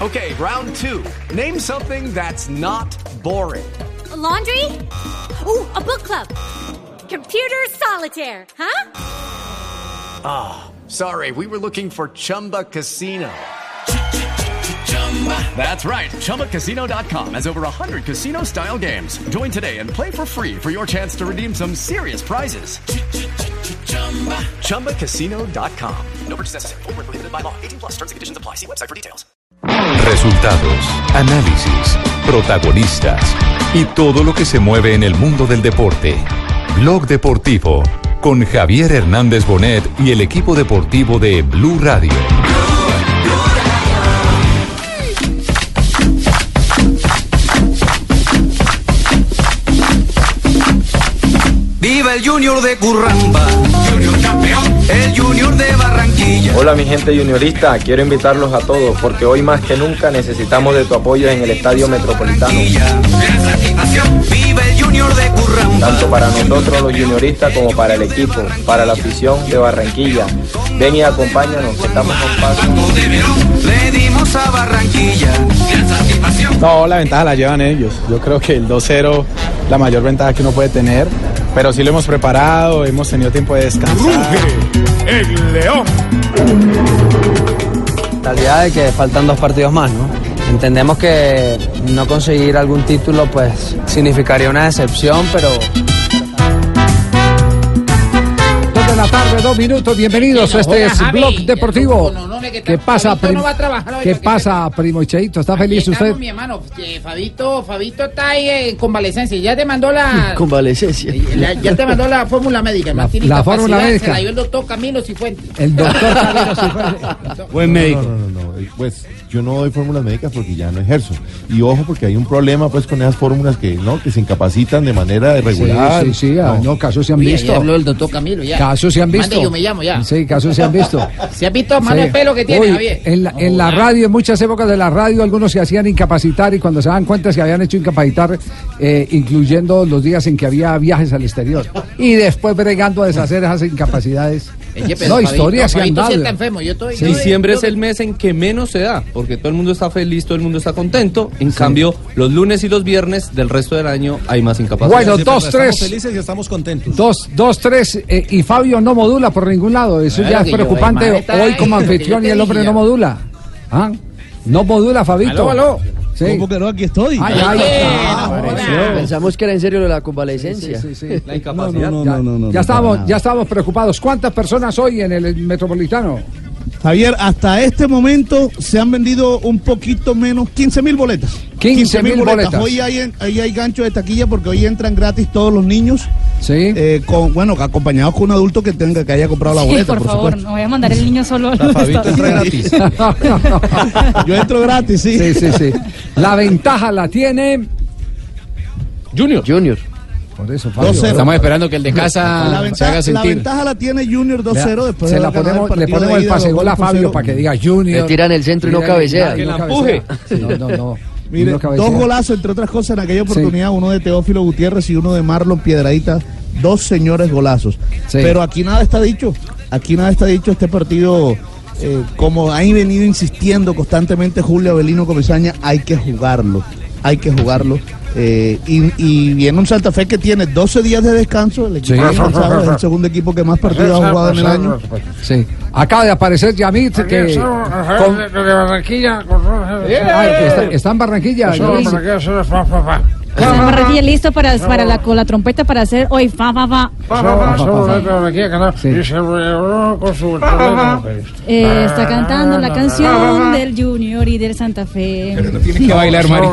Okay, round two. Name something that's not boring. A laundry? Ooh, a book club. Computer solitaire, huh? Ah, sorry, we were looking for Chumba Casino. That's right, ChumbaCasino.com has over 100 casino-style games. Join today and play for free for your chance to redeem some serious prizes. ChumbaCasino.com. No purchase necessary. Void where prohibited by law. 18+ terms and conditions apply. See website for details. Resultados, análisis, protagonistas y todo lo que se mueve en el mundo del deporte. Blog Deportivo con Javier Hernández Bonet y el equipo deportivo de Blue Radio. Viva el Junior de Curramba, Junior campeón, el Junior de Barranquilla. Hola mi gente juniorista, quiero invitarlos a todos porque hoy más que nunca necesitamos de tu apoyo en el Estadio Metropolitano. Viva el Junior de Curramba. Tanto para nosotros los junioristas como para el equipo, para la afición de Barranquilla. Ven y acompáñanos, que estamos a un paso. Le dimos a Barranquilla. No, la ventaja la llevan ellos. Yo creo que el 2-0, la mayor ventaja que uno puede tener. Pero sí lo hemos preparado, hemos tenido tiempo de descansar. ¡Ruge el león! La realidad de que faltan 2 partidos más, ¿no? Entendemos que no conseguir algún título pues significaría una decepción, pero... La tarde, 2 minutos, bienvenidos, este es Blog Deportivo. ¿Qué pasa, ¿Qué pasa, primo Cheito? ¿Está feliz usted? Mi hermano, Fabito está ahí en convalecencia, ya te mandó la... Convalecencia. Ya te mandó la fórmula médica. La fórmula médica. Se la dio el doctor Camilo Cifuentes. El doctor Camilo Cifuentes. Buen médico. No. Pues yo no doy fórmulas médicas porque ya no ejerzo. Y ojo, porque hay un problema pues con esas fórmulas que se incapacitan de manera irregular. Sí, no, casos se han visto. Ya habló el doctor Camilo, ya. Casos se han visto. Mande, yo me llamo ya. Sí, casos se han visto. ¿Se ha visto más el pelo que tiene, Javier? En la radio, en muchas épocas de la radio, algunos se hacían incapacitar y cuando se dan cuenta se habían hecho incapacitar, incluyendo los días en que había viajes al exterior. Y después bregando a deshacer esas incapacidades. No, historias se han dado. Diciembre es el mes en que menos se da, porque todo el mundo está feliz, todo el mundo está contento. En cambio, los lunes y los viernes del resto del año hay más incapacidades. Bueno, 2-3. Estamos felices y estamos contentos. 2-3 y Fabio no modula por ningún lado. Eso ya es preocupante. Hoy como anfitrión y el hombre no modula. ¿Ah? No modula, Fabito. Aló. Sí. ¿Cómo que no? Aquí estoy. Pensamos que era en serio lo de la convalecencia. Sí. La incapacidad. Ya estábamos preocupados. ¿Cuántas personas hoy en el Metropolitano? Javier, hasta este momento se han vendido un poquito menos, 15.000 boletas. 15.000 boletas. Hoy hay gancho de taquilla porque hoy entran gratis todos los niños. Sí. Acompañados con un adulto que haya comprado la boleta. Por favor, supuesto. no voy a mandar el niño solo. Fabito entra gratis. Yo entro gratis, sí. Sí. La ventaja la tiene Junior. Por eso, Fabio. 2-0. Estamos esperando que el de casa se haga sentir. La ventaja la tiene Junior 2-0 después le de ponemos el pase gol a Fabio para que diga Junior. Le tiran el centro y no cabecea. Que la empuje. No. Mire, 2 golazos, entre otras cosas, en aquella oportunidad, uno de Teófilo Gutiérrez y uno de Marlon Piedradita, 2 señores golazos. Sí. Pero aquí nada está dicho. Este partido, como ha venido insistiendo constantemente Julio Avelino Comesaña, hay que jugarlo. Y viene un Santa Fe que tiene 12 días de descanso. El equipo es el segundo equipo que más partidos ha jugado en el año. Sí. Acaba de aparecer Yamit que de Barranquilla. Está en Barranquilla. Barranquilla listo con la trompeta para hacer hoy fa. Está cantando la canción del Junior y del Santa Fe. Pero no tiene que bailar, Mari.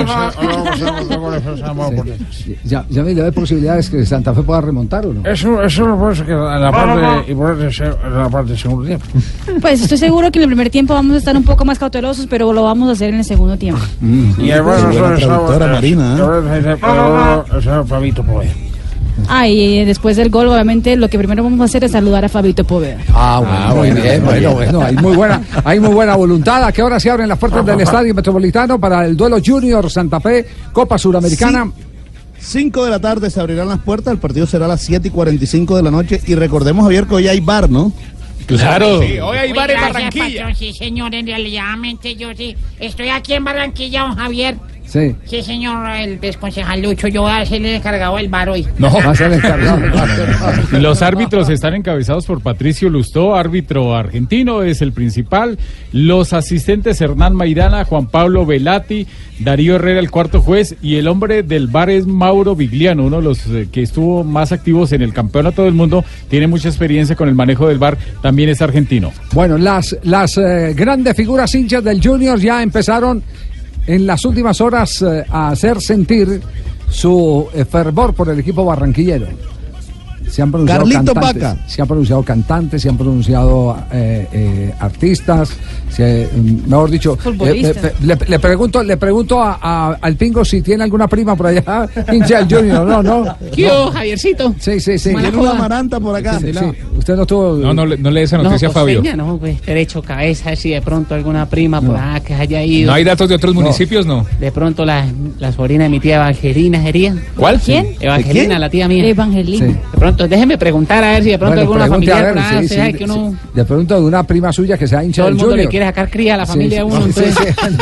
Ya me da posibilidades que Santa Fe pueda remontar o no. Eso lo puede ser que en la parte del segundo tiempo. Pues estoy seguro que en el primer tiempo vamos a estar un poco más cautelosos, pero lo vamos a hacer en el segundo tiempo. Y traductora Marina, Fabito Poveda. Y después del gol, obviamente, lo que primero vamos a hacer es saludar a Fabito Poveda. Muy bien. Bueno, hay muy buena voluntad. ¿A qué hora se abren las puertas del Estadio Metropolitano para el duelo Junior Santa Fe, Copa Suramericana? 5 de la tarde se abrirán las puertas, el partido será a las 7:45 de la noche. Y recordemos, Javier, que hoy hay VAR, ¿no? Claro. Sí, hoy hay bar en Gracias, Barranquilla. patrón, sí, señor, en realidad yo sí estoy aquí en Barranquilla, don Javier. Sí. Sí, señor, el desconcejal Lucho, yo voy a ser el encargado del bar hoy. No, va a ser encargado. Los árbitros están encabezados por Patricio Lustó, árbitro argentino, es el principal. Los asistentes Hernán Maidana, Juan Pablo Velati, Darío Herrera, el cuarto juez, y el hombre del VAR es Mauro Vigliano, uno de los que estuvo más activos en el campeonato del mundo, tiene mucha experiencia con el manejo del VAR, también es argentino. Bueno, las grandes figuras hinchas del Junior ya empezaron en las últimas horas a hacer sentir su fervor por el equipo barranquillero. Se han pronunciado Carlito cantantes, Vaca. se han pronunciado cantantes, se han pronunciado artistas, mejor dicho, le pregunto al Pingo si tiene alguna prima por allá, hincha del Junior, no. ¿Qué hubo, Javiercito? Sí. Tiene una amaranta por acá. Sí. Usted no tuvo... No le dé esa noticia a Fabio. No, pues derecho cabeza, si de pronto alguna prima por acá que haya ido. ¿No hay datos de otros municipios, no? De pronto la sobrina de mi tía Evangelina sería. ¿Cuál? ¿Quién? Evangelina, la tía mía. Evangelina. Sí. De pronto, déjeme preguntar a ver si de pronto alguna pregunte, familiar a ver, por ahí, sí, usted sabe que uno, sí. De pronto de una prima suya que sea hincha todo el del mundo Junior. le quiere sacar cría a la familia de uno. Entonces,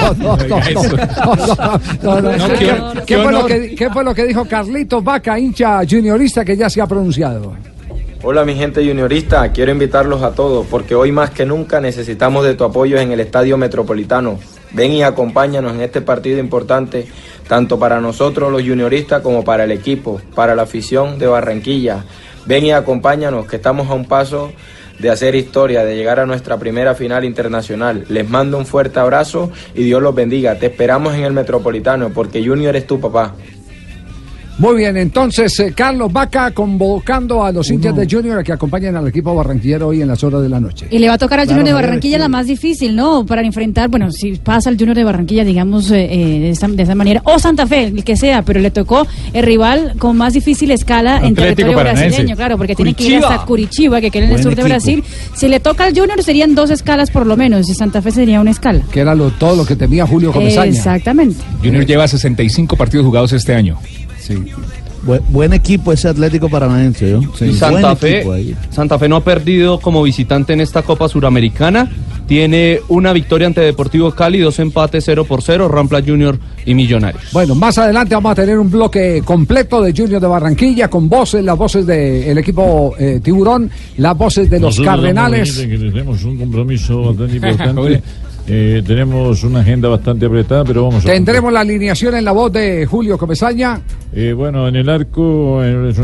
¿Qué fue lo que dijo Carlitos Vaca, hincha juniorista que ya se ha pronunciado? Hola mi gente juniorista, quiero invitarlos a todos porque hoy más que nunca necesitamos de tu apoyo en el Estadio Metropolitano. Ven y acompáñanos en este partido importante, tanto para nosotros los junioristas como para el equipo, para la afición de Barranquilla. Ven y acompáñanos que estamos a un paso de hacer historia, de llegar a nuestra primera final internacional. Les mando un fuerte abrazo y Dios los bendiga. Te esperamos en el Metropolitano porque Junior es tu papá. Muy bien, entonces Carlos Vaca convocando a los hinchas de Junior a que acompañen al equipo barranquillero hoy en las horas de la noche. Y le va a tocar al Junior de Barranquilla la más difícil, ¿no? Para enfrentar, bueno, si pasa el Junior de Barranquilla, digamos, de esa manera, o Santa Fe, el que sea, pero le tocó el rival con más difícil escala en territorio brasileño, claro, porque tiene que ir hasta Curitiba, que queda en el sur de Brasil. Si le toca al Junior serían 2 escalas por lo menos, y Santa Fe sería una escala. Que era todo lo que temía Julio Comesaña. Exactamente. Junior lleva 65 partidos jugados este año. Sí. Buen equipo ese Atlético Paranaense, ¿no? Sí. Santa Fe no ha perdido como visitante en esta Copa Suramericana. Tiene una victoria ante Deportivo Cali, 2 empates 0-0, Rampla Junior y Millonarios. Bueno, más adelante vamos a tener un bloque completo de Junior de Barranquilla con voces, las voces del equipo Tiburón, las voces de los Cardenales. Que tenemos un compromiso bastante importante. Tenemos una agenda bastante apretada, pero vamos a... Tendremos la alineación en la voz de Julio Comesaña. Bueno, en el arco...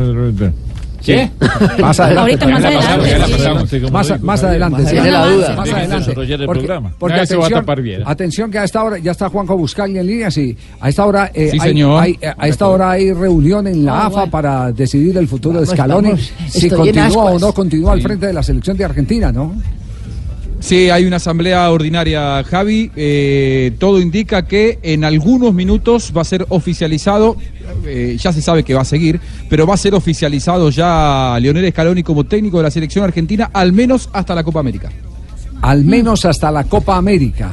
¿Qué? Más adelante. Más adelante. Sí. Tiene la duda. Más adelante. Porque atención que a esta hora ya está Juanjo Buscaglia en línea. Sí, a esta hora hay reunión en la AFA para decidir el futuro de Scaloni, si continúa o no continúa al frente de la selección de Argentina, ¿no? Sí, hay una asamblea ordinaria, Javi. Todo indica que en algunos minutos va a ser oficializado, ya se sabe que va a seguir, pero va a ser oficializado ya Lionel Scaloni como técnico de la selección argentina, al menos hasta la Copa América. Al menos hasta la Copa América.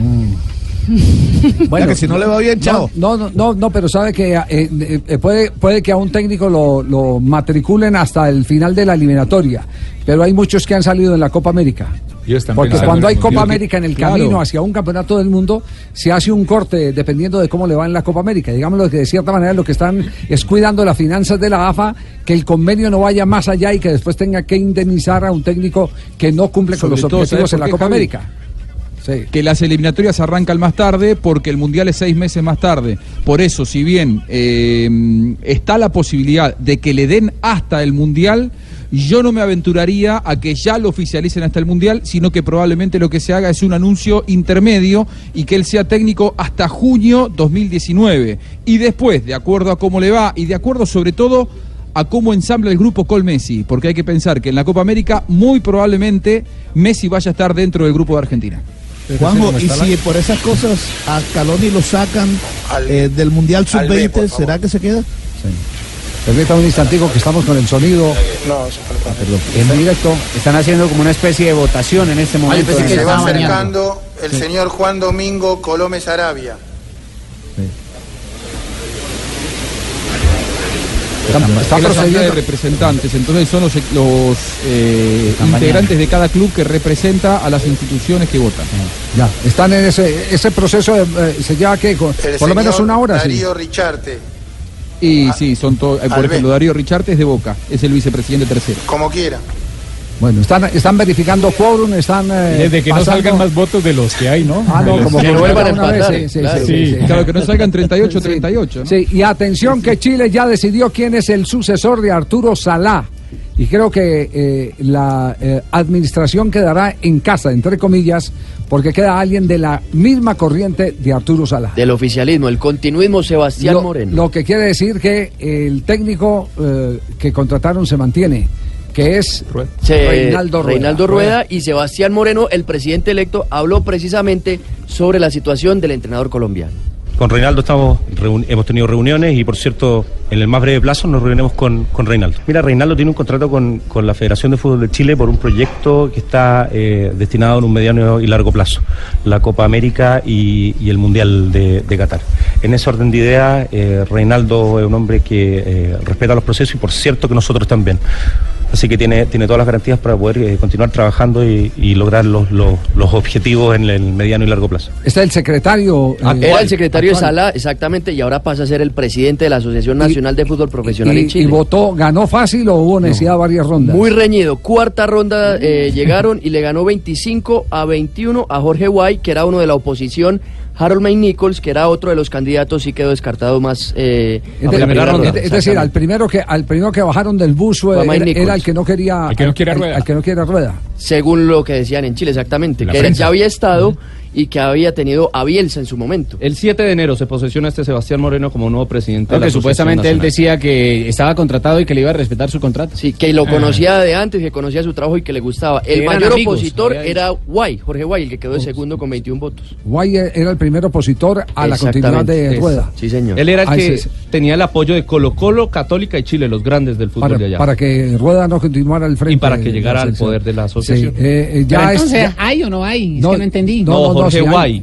Bueno, que si no le va bien, chao. No, pero sabe que puede que a un técnico lo matriculen hasta el final de la eliminatoria, pero hay muchos que han salido en la Copa América. Porque cuando hay Copa América en el camino hacia un campeonato del mundo, se hace un corte dependiendo de cómo le va en la Copa América. Digámoslo que de cierta manera lo que están es cuidando las finanzas de la AFA, que el convenio no vaya más allá y que después tenga que indemnizar a un técnico que no cumple con los objetivos en la Copa América. Sí. Que las eliminatorias arrancan más tarde porque el Mundial es 6 meses más tarde. Por eso, si bien está la posibilidad de que le den hasta el Mundial, yo no me aventuraría a que ya lo oficialicen hasta el Mundial, sino que probablemente lo que se haga es un anuncio intermedio y que él sea técnico hasta junio 2019. Y después, de acuerdo a cómo le va y de acuerdo sobre todo a cómo ensambla el grupo con Messi, porque hay que pensar que en la Copa América muy probablemente Messi vaya a estar dentro del grupo de Argentina. Juanjo, y si por esas cosas a Scaloni lo sacan del Mundial Sub-20, ¿será que se queda? Sí. Permítame un instantico que estamos con el sonido en directo. Están haciendo como una especie de votación en este momento. Se va acercando el señor Juan Domingo Colome Sarabia. Es la asamblea de representantes, entonces son los integrantes de cada club que representa a las instituciones que votan. Ya, están en ese proceso, se lleva que por lo menos una hora. Darío Richarte. Y sí, son todos, por ejemplo, Darío Richarte es de Boca, es el vicepresidente tercero. Como quiera. Bueno, están verificando quórum, están... Desde que no salgan más votos de los que hay, ¿no? Como que vuelvan a empatar. Claro, que no salgan 38-38. Sí, y atención que Chile ya decidió quién es el sucesor de Arturo Salá. Y creo que la administración quedará en casa, entre comillas, porque queda alguien de la misma corriente de Arturo Salá. Del oficialismo, el continuismo Sebastián Moreno. Lo que quiere decir que el técnico que contrataron se mantiene, que es Reinaldo Rueda, y Sebastián Moreno, el presidente electo, habló precisamente sobre la situación del entrenador colombiano. Con Reinaldo hemos tenido reuniones y, por cierto, en el más breve plazo nos reuniremos con Reinaldo. Mira, Reinaldo tiene un contrato con la Federación de Fútbol de Chile por un proyecto que está destinado en un mediano y largo plazo, la Copa América y el Mundial de Qatar. En ese orden de ideas, Reinaldo es un hombre que respeta los procesos y, por cierto, que nosotros también. Así que tiene todas las garantías para poder continuar trabajando y lograr los objetivos en el mediano y largo plazo. Está el secretario... Era el secretario de Sala, exactamente, y ahora pasa a ser el presidente de la Asociación Nacional de Fútbol Profesional en Chile. ¿Y votó, ganó fácil o hubo necesidad de varias rondas? Muy reñido. Cuarta ronda llegaron y le ganó 25-21 a Jorge Guay, que era uno de la oposición. Harold May Nichols, que era otro de los candidatos, sí quedó descartado más es decir, al primero que bajaron del bus era el que no quería Rueda. El que no quiere Rueda. Según lo que decían en Chile, exactamente, que ya había estado y que había tenido a Bielsa en su momento. El 7 de enero se posesiona Sebastián Moreno como nuevo presidente de la Asociación supuestamente Nacional. Él decía que estaba contratado y que le iba a respetar su contrato. Sí, que lo conocía de antes, que conocía su trabajo y que le gustaba. El mayor opositor era Jorge Guay, el que quedó de segundo con 21 votos. Guay era el primer opositor a la continuidad de Rueda. Sí, señor. Él era el que tenía el apoyo de Colo-Colo, Católica y Chile, los grandes del fútbol de allá. Para que Rueda no continuara al frente. Y para que llegara al poder de la asociación. Sí, entonces, ¿hay o no hay? Es que no entendí. No, Jorge Guay.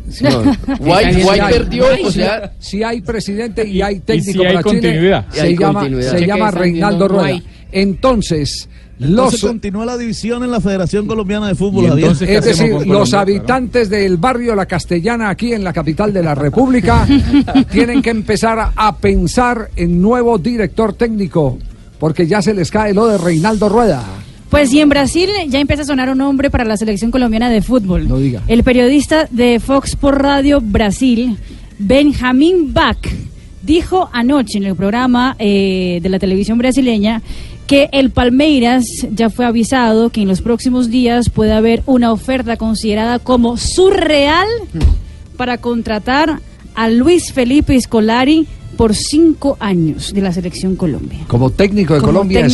Guay perdió, o sea, si hay presidente y hay técnico para Chile, se llama Reinaldo Rueda. Entonces continúa la división en la Federación Colombiana de Fútbol. Es decir, los habitantes del barrio La Castellana, aquí en la capital de la República, tienen que empezar a pensar en nuevo director técnico, porque ya se les cae lo de Reinaldo Rueda. Pues y en Brasil ya empieza a sonar un nombre para la selección colombiana de fútbol. No diga. El periodista de Fox Sports Radio Brasil, Benjamin Bach, dijo anoche en el programa de la televisión brasileña que el Palmeiras ya fue avisado que en los próximos días puede haber una oferta considerada como surreal para contratar a Luis Felipe Scolari por 5 años de la selección Colombia. Como técnico de Colombia,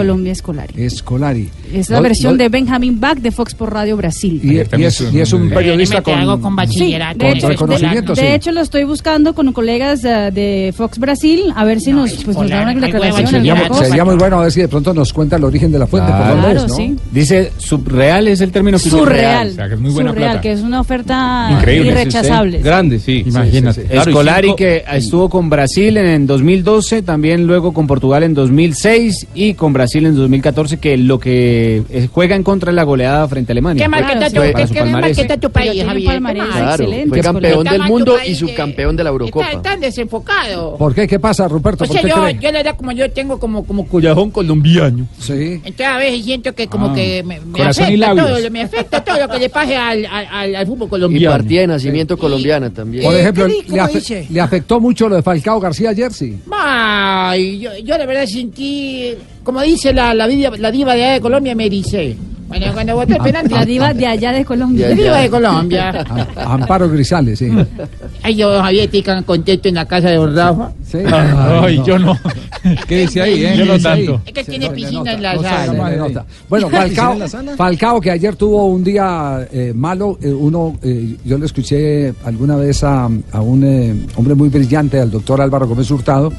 Scolari. Es la versión de Benjamin Bach de Fox por Radio Brasil. Y es un periodista con bachillerato. De hecho, lo estoy buscando con colegas de Fox Brasil, a ver si nos da una declaración. Sería muy bueno a ver si de pronto nos cuenta el origen de la fuente. Claro, sí. Dice, subreal es el término que surreal. O sea, que es muy buena surreal, que es una oferta increíble, irrechazable. Grande, sí. Imagínate. Scolari que estuvo con Brasil en 2012, también luego con Portugal en 2006 y con Brasil en 2014, que lo que juega en contra de la goleada frente a Alemania. ¿Qué marqueta tu país, Javier? Claro, fue campeón del mundo y subcampeón de la Eurocopa. Está tan desenfocado. ¿Por qué? ¿Qué pasa, Ruperto? O sea, yo la verdad, como yo tengo como collajón colombiano. Sí. Entonces a veces siento que como que me afecta todo lo que le pase al fútbol colombiano. Y partida de nacimiento colombiana también. Por ejemplo, le afectó mucho lo de Falcao García ayer, sí. Ay, yo la verdad sentí, como dice la diva de allá de Colombia, me ericé. Bueno, cuando voté el penalti. La diva de allá de Colombia. La diva de Colombia. Amparo Grisales, sí. Ay, yo, Javier, estoy tan contento en la casa de Don Rafa. Sí. Ay, yo no. ¿Qué dice ahí? Yo no tanto. Es que tiene piscina en la sala. Bueno, Falcao, que ayer tuvo un día malo, yo le escuché alguna vez a un hombre muy brillante, al doctor Álvaro Gómez Hurtado,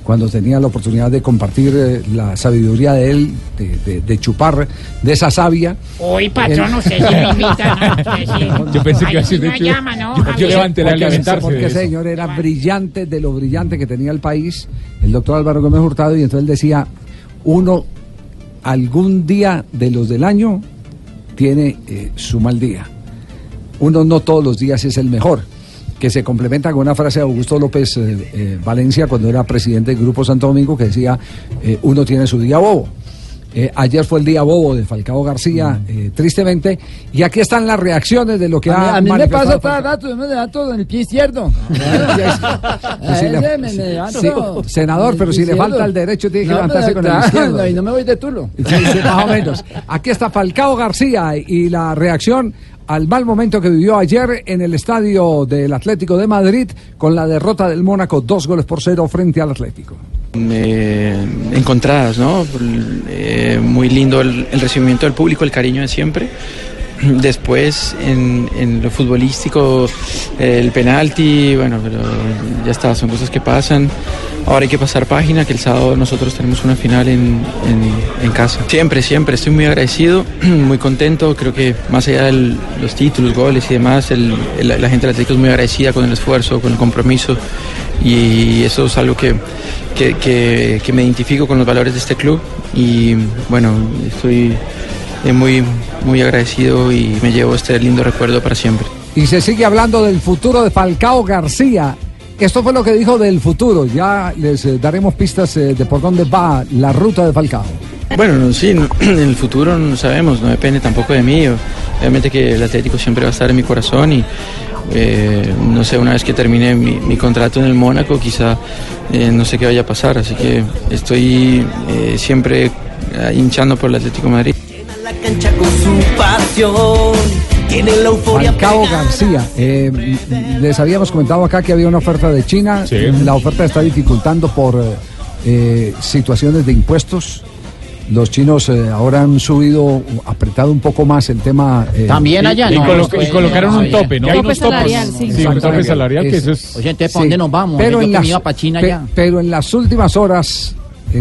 cuando tenía la oportunidad de compartir la sabiduría de él, de chupar de esa savia. Uy, patrón, no sé si me invitan. Yo pensé que iba a decir de llama, ¿no? Yo levanté la alimentarse. Porque ese señor era brillante, de lo brillante que tenía el país, el doctor Álvaro Gómez Hurtado, y entonces él decía, uno algún día de los del año tiene su mal día. Uno no todos los días es el mejor, que se complementa con una frase de Augusto López Valencia cuando era presidente del Grupo Santo Domingo, que decía, uno tiene su día bobo. Ayer fue el día bobo de Falcao García, tristemente, y aquí están las reacciones de lo que a mí me pasa cada rato, yo me levanto en el pie izquierdo. Senador, pero si le falta el derecho tiene que levantarse con el izquierdo. Y no me voy de tulo. Sí, más o menos. Aquí está Falcao García y la reacción al mal momento que vivió ayer en el estadio del Atlético de Madrid con la derrota del Mónaco 2-0 frente al Atlético. Encontradas, ¿no? Muy lindo el recibimiento del público, el cariño de siempre. Después, en lo futbolístico, el penalti, bueno, pero ya está, son cosas que pasan. Ahora hay que pasar página, que el sábado nosotros tenemos una final en casa. Siempre, estoy muy agradecido, muy contento. Creo que más allá de los títulos, goles y demás, la gente del Atlético es muy agradecida con el esfuerzo, con el compromiso. Y eso es algo que me identifico con los valores de este club. Y bueno, estoy muy agradecido y me llevo este lindo recuerdo para siempre. Y se sigue hablando del futuro de Falcao García. Esto fue lo que dijo del futuro. Ya les daremos pistas de por dónde va la ruta de Falcao. Bueno, sí, en el futuro no sabemos, no depende tampoco de mí. Obviamente que el Atlético siempre va a estar en mi corazón y no sé, una vez que termine mi contrato en el Mónaco, quizá no sé qué vaya a pasar. Así que estoy siempre hinchando por el Atlético de Madrid. La cancha con su pasión, tiene la euforia. Falcao García, les habíamos comentado acá que había una oferta de China. Sí. La oferta está dificultando por situaciones de impuestos. Los chinos ahora han apretado un poco más el tema. También allá, y colocaron un tope, ¿no? Un tope salarial, sí. Un tope salarial, que eso es. Oye, entonces, ¿para dónde nos vamos? Pero en las últimas horas,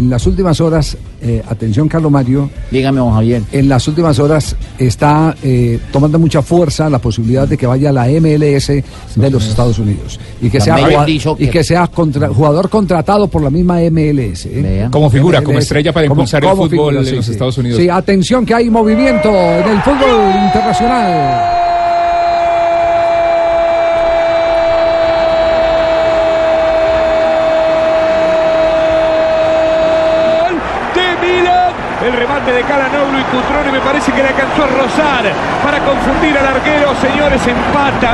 atención Carlos Mario. Dígame, don Javier. En las últimas horas está tomando mucha fuerza la posibilidad de que vaya a la MLS de los Estados Unidos y que sea jugador contratado por la misma MLS. Como figura, como estrella para impulsar el fútbol en los Estados Unidos. Sí, atención que hay movimiento en el fútbol internacional. El remate de Calhanoglu y Cutrone me parece que le alcanzó a rozar para confundir al arquero. Señores, empata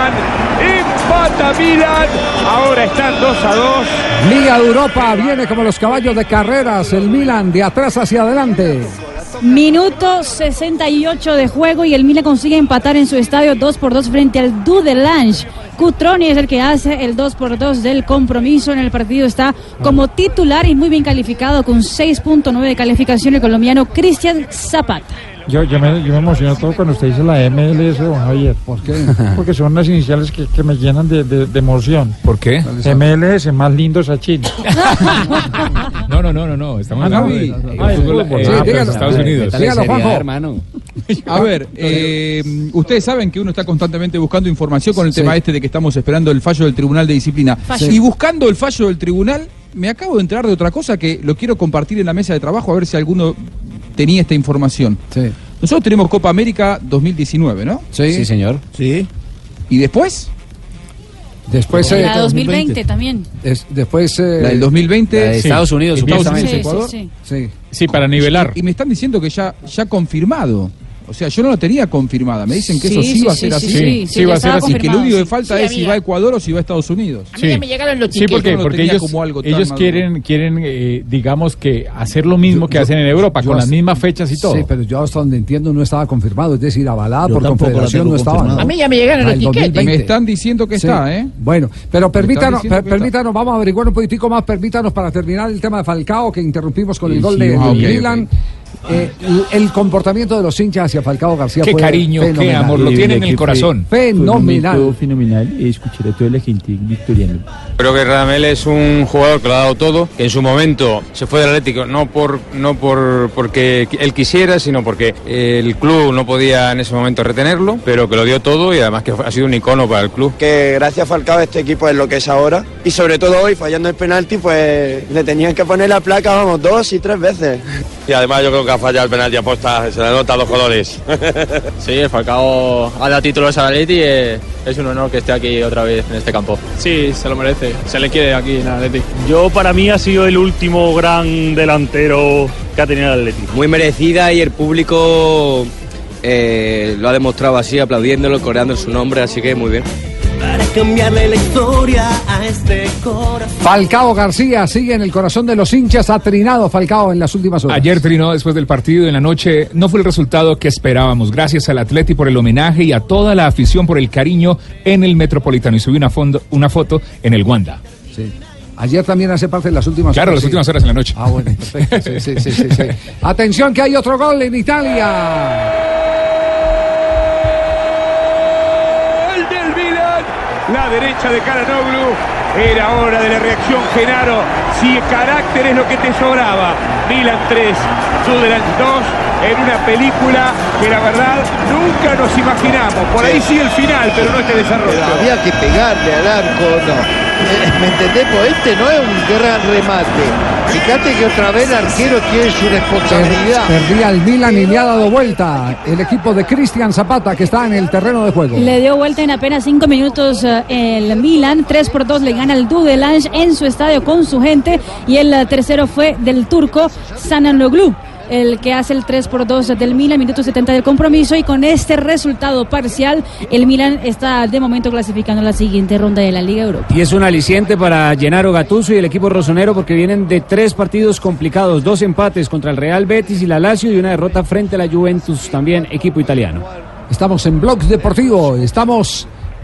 Milan. Ahora están 2-2. Liga de Europa viene como los caballos de carreras. El Milan de atrás hacia adelante. Minuto 68 de juego y el Milan consigue empatar en su estadio 2-2 frente al Dudelange. Cutrone es el que hace el 2-2 del compromiso. En el partido está como titular y muy bien calificado con 6.9 de calificación el colombiano Cristian Zapata. Yo me emociono todo cuando usted dice la MLS, don Javier. ¿Por qué? Porque son unas iniciales que me llenan de emoción. ¿Por qué? MLS, más lindo Sachin. No. Estamos hablando de los Estados Unidos. Dígalo, Juanjo. Hermano. A ver, ustedes saben que uno está constantemente buscando información con el tema de que estamos esperando el fallo del Tribunal de Disciplina. Y buscando el fallo del Tribunal, me acabo de enterar de otra cosa que lo quiero compartir en la mesa de trabajo, a ver si alguno tenía esta información. Sí. Nosotros tenemos Copa América 2019, ¿no? Sí, señor. Sí. ¿Y después? Después la 2020 también. Después la del 2020. La de Estados Unidos, supuestamente. Ecuador. Sí, para nivelar. Y me están diciendo que ya confirmado. O sea, yo no la tenía confirmada. Me dicen que eso sí va a ser así. Sí, va a ser así. Y que lo único que falta es si va a Ecuador o si va a Estados Unidos. A mí ya me llegaron los tickets. Sí, porque ellos quieren digamos que hacer lo mismo que hacen en Europa, con las mismas fechas y todo. Sí, pero yo hasta donde entiendo no estaba confirmado. Es decir, avalada por Confederación no estaba. A mí ya me llegaron los tickets. Me están diciendo que está, ¿eh? Bueno, pero permítanos, vamos a averiguar un poquitico más. Permítanos para terminar el tema de Falcao, que interrumpimos con el gol de Milan. El comportamiento de los hinchas hacia Falcao García qué fue cariño, fenomenal. qué amor, lo tienen en el corazón. Fenomenal. Fenomenal escuchar a toda la gente victoriana. Creo que Radamel es un jugador que lo ha dado todo, que en su momento se fue del Atlético, no porque él quisiera, sino porque el club no podía en ese momento retenerlo, pero que lo dio todo y además que ha sido un icono para el club. Que gracias a Falcao este equipo es lo que es ahora, y sobre todo hoy fallando el penalti, pues le tenían que poner la placa, vamos, 2 y 3 veces. Y además yo creo que ha fallado el penalti aposta, se le nota a los colores. Sí, el Falcao ha dado títulos al Atleti y es un honor que esté aquí otra vez en este campo. Sí, se lo merece, se le quiere aquí en el Atleti. Yo, para mí, ha sido el último gran delantero que ha tenido el Atleti. Muy merecida, y el público lo ha demostrado así, aplaudiéndolo, coreando su nombre, así que muy bien. Para cambiarle la historia a este corazón. Falcao García sigue en el corazón de los hinchas, ha trinado Falcao en las últimas horas. Ayer trinó después del partido en la noche, no fue el resultado que esperábamos. Gracias al Atleti por el homenaje y a toda la afición por el cariño en el Metropolitano. Y subí una foto en el Wanda. Sí. Ayer también hace parte de las últimas horas. Claro, las últimas horas en la noche. Ah, bueno, perfecto. Sí. Atención que hay otro gol en Italia. La derecha de Calhanoglu, era hora de la reacción, Genaro. Si carácter es lo que te sobraba. Milan 3, Sunderland 2, en una película que la verdad nunca nos imaginamos. Por ahí sí el final, pero no este desarrollo. Pero había que pegarle al arco, no. ¿Me entendés? Pues este no es un gran remate. Fíjate que otra vez el arquero tiene su responsabilidad. Perdía el Milan y le ha dado vuelta el equipo de Cristian Zapata, que está en el terreno de juego. Le dio vuelta en apenas 5 minutos el Milan. 3-2 le gana el Dudelange en su estadio con su gente. Y el tercero fue del turco Çalhanoğlu, el que hace el 3-2 del Milan, minuto 70 del compromiso, y con este resultado parcial, el Milan está de momento clasificando a la siguiente ronda de la Liga Europa. Y es un aliciente para Gennaro Gattuso y el equipo rosonero, porque vienen de 3 partidos complicados, 2 empates contra el Real Betis y la Lazio, y una derrota frente a la Juventus, también equipo italiano. Estamos en Blog Deportivo, estamos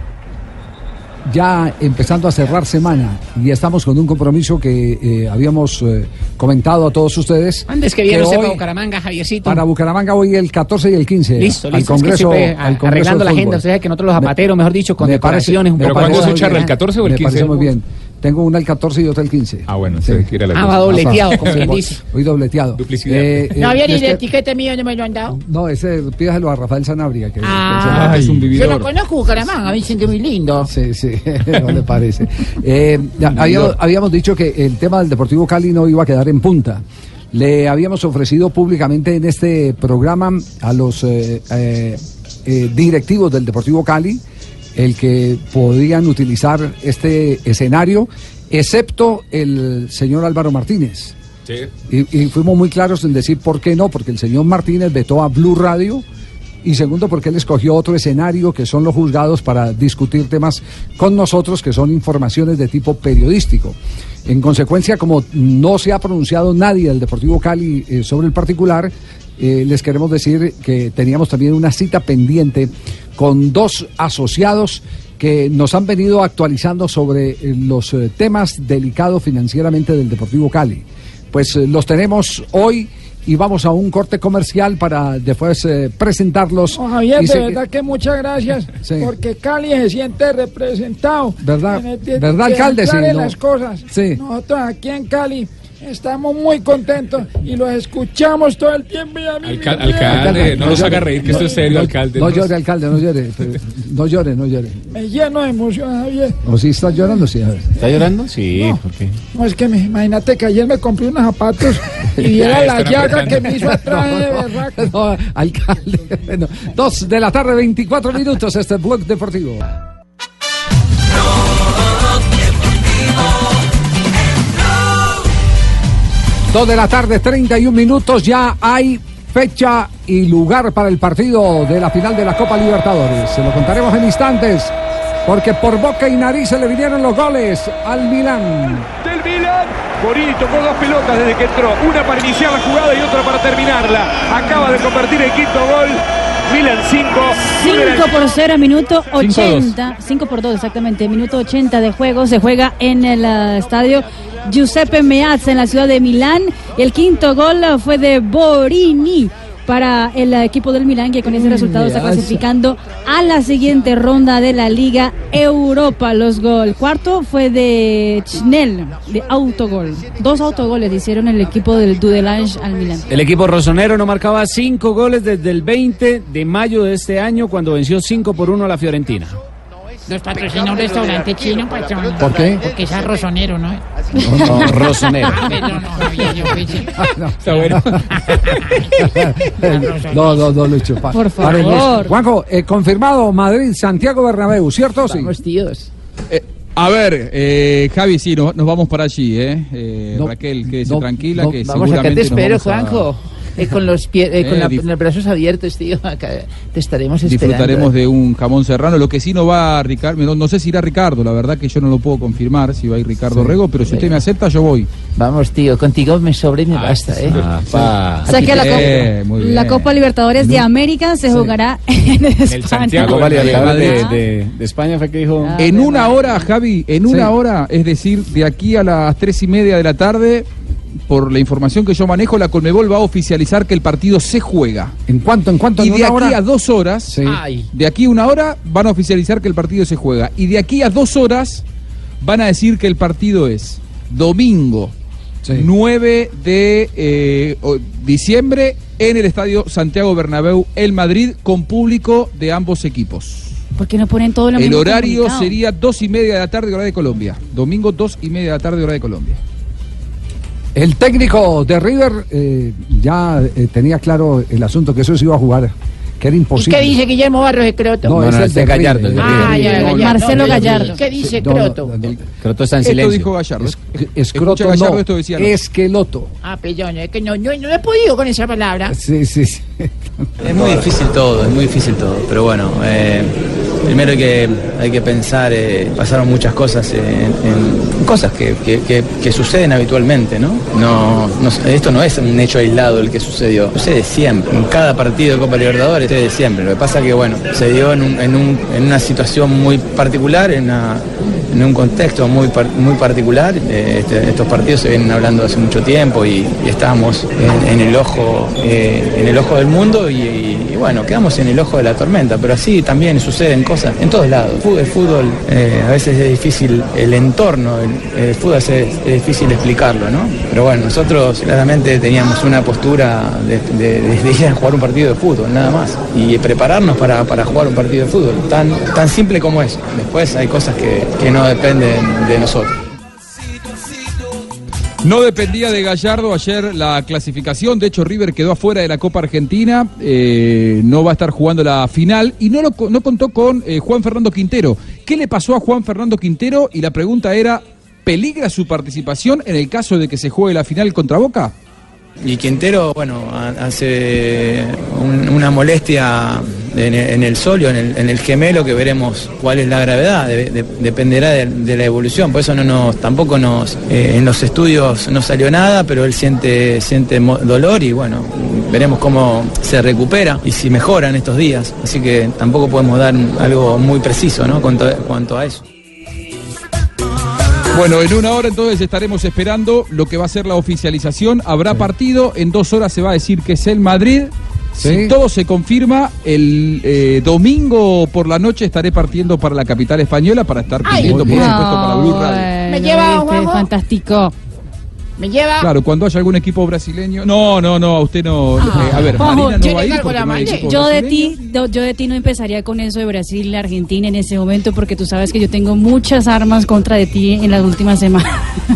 ya empezando a cerrar semana y estamos con un compromiso que habíamos comentado a todos ustedes. ¿Dónde es que viene usted para Bucaramanga, Javiercito? Para Bucaramanga hoy el 14 y el 15. Listo, al Congreso, al Congreso arreglando la agenda. Usted sabe que nosotros los zapateros, mejor dicho, con decoraciones un poco. ¿Pero cuándo es su charla, el 14 o el 15? Me parece muy bien. Tengo una el 14 y otra el 15. Ah, bueno, sí, quiere la va dobleteado, como quien dice. Hoy dobleteado. Duplicidad. No había ni el etiquete mío, no me lo han dado. No, ese pídaselo a Rafael Sanabria, que es un vividor. Yo lo conozco, Bucaramanga, me dicen que es muy lindo. Sí, no le parece. Habíamos dicho que el tema del Deportivo Cali no iba a quedar en punta. Le habíamos ofrecido públicamente en este programa a los directivos del Deportivo Cali el que podían utilizar este escenario, excepto el señor Álvaro Martínez. Sí. Y fuimos muy claros en decir por qué no, porque el señor Martínez vetó a Blue Radio, y segundo porque él escogió otro escenario que son los juzgados para discutir temas con nosotros que son informaciones de tipo periodístico. En consecuencia, como no se ha pronunciado nadie del Deportivo Cali sobre el particular, les queremos decir que teníamos también una cita pendiente con 2 asociados que nos han venido actualizando sobre los temas delicados financieramente del Deportivo Cali. Pues los tenemos hoy y vamos a un corte comercial para después presentarlos. Javier, de verdad que muchas gracias, sí, porque Cali se siente representado. ¿Verdad, ¿verdad, alcalde? Sí, no. Las cosas. Sí. Nosotros aquí en Cali estamos muy contentos y los escuchamos todo el tiempo. Y a mí alcalde, no nos haga reír, que esto es serio, alcalde. No llore, alcalde, no llore. No llore. Me lleno de emoción, Javier. ¿O sí está llorando? Sí, a ver. ¿Está llorando? Sí, no, ¿por qué? No, es que imagínate que ayer me compré unos zapatos y viera la llaga que me hizo atrás de berraco. No, alcalde. Bueno, 2 de la tarde, 24 minutos, este Blog Deportivo. 2 de la tarde, 31 minutos, ya hay fecha y lugar para el partido de la final de la Copa Libertadores. Se lo contaremos en instantes, porque por boca y nariz se le vinieron los goles al Milán. Del Milán, Borini tocó 2 pelotas desde que entró, una para iniciar la jugada y otra para terminarla. Acaba de convertir el quinto gol. Milan 5-0, minuto 80. 5-2, exactamente. Minuto 80 de juego. Se juega en el estadio Giuseppe Meazza en la ciudad de Milán. El quinto gol fue de Borini para el equipo del Milán, que con ese resultado está clasificando a la siguiente ronda de la Liga Europa. El cuarto fue de Schnell, de autogol. 2 autogoles hicieron el equipo del Dudelange al Milán. El equipo rosonero no marcaba 5 goles desde el 20 de mayo de este año, cuando venció 5-1 a la Fiorentina. Nos patrocina un restaurante chino, patrón. ¿Por qué? Porque es rosonero, ¿no? No, rosonero. Está bueno. No, Lucho. Por favor. Juanjo, confirmado Madrid, Santiago Bernabéu, ¿cierto? Sí. Vamos, tíos. A ver, Javi, sí, nos vamos para allí, Raquel, quédese tranquila, que vamos, seguramente acá te espero, nos vamos Juanjo. Con los pies, con los brazos abiertos, tío. Acá te estaremos esperando. Disfrutaremos de un jamón serrano. Lo que sí no va Ricardo, no sé si irá Ricardo, la verdad que yo no lo puedo confirmar si va a ir Ricardo Rego, pero si usted me acepta, yo voy. Vamos, tío, contigo me sobra y me basta, O sea que la Copa Libertadores de América se jugará en España. La Copa Libertadores de España fue que dijo. En una hora, Javi, hora, es decir, de aquí a las 3:30 de la tarde, por la información que yo manejo, la Conmebol va a oficializar que el partido se juega. ¿En cuánto? Y de aquí a 2 horas, de aquí a 1 hora, van a oficializar que el partido se juega. Y de aquí a 2 horas, van a decir que el partido es domingo 9 de diciembre en el Estadio Santiago Bernabéu, el Madrid, con público de ambos equipos. ¿Por qué no ponen todo en el horario sería 2:30 de la tarde, hora de Colombia. Domingo 2:30 de la tarde, hora de Colombia. El técnico de River ya tenía claro el asunto, que eso se iba a jugar, que era imposible. ¿Y qué dice Guillermo Barros Escroto? No, es el de Gallardo. Marcelo Gallardo. ¿Qué dice Escroto? Escroto está en silencio. Esto dijo Gallardo. Escroto Gallardo, no, esto decía Esqueloto. Pellón, es que no he podido con esa palabra. Sí. Es muy difícil todo, pero bueno, primero hay que pensar, pasaron muchas cosas en cosas que suceden habitualmente, ¿no? Esto no es un hecho aislado el que sucedió siempre, en cada partido de Copa Libertadores sucede siempre. Lo que pasa que bueno, se dio en una situación muy particular, en un contexto muy particular. Estos partidos se vienen hablando hace mucho tiempo y estábamos en el ojo del mundo y bueno, quedamos en el ojo de la tormenta, pero así también suceden cosas en todos lados. El fútbol a veces es difícil, el entorno, el fútbol es difícil explicarlo, ¿no? Pero bueno, nosotros claramente teníamos una postura de ir a jugar un partido de fútbol, nada más, y prepararnos para jugar un partido de fútbol, tan simple como eso. Después hay cosas que no dependen de nosotros. No dependía de Gallardo ayer la clasificación, de hecho River quedó afuera de la Copa Argentina, no va a estar jugando la final y no contó con Juan Fernando Quintero. ¿Qué le pasó a Juan Fernando Quintero? Y la pregunta era, ¿peligra su participación en el caso de que se juegue la final contra Boca? Y Quintero, bueno, hace una molestia en el solio, en el gemelo, que veremos cuál es la gravedad, dependerá de la evolución. Por eso tampoco en los estudios no salió nada, pero él siente dolor y bueno, veremos cómo se recupera y si mejora en estos días. Así que tampoco podemos dar algo muy preciso, ¿no? Cuanto a eso. Bueno, en 1 hora entonces estaremos esperando lo que va a ser la oficialización. Habrá partido, en 2 horas se va a decir que es el Madrid. Si todo se confirma, el domingo por la noche estaré partiendo para la capital española para estar pidiendo, por supuesto, para Blue Radio. ¿Me lleva, Juanjo? Fantástico. ¿Me lleva? Claro, cuando haya algún equipo brasileño. No, a usted no. A ver, Marina no va a ir porque no hay equipo brasileño. Yo de ti no empezaría con eso de Brasil, Argentina en ese momento, porque tú sabes que yo tengo muchas armas contra de ti en las últimas semanas.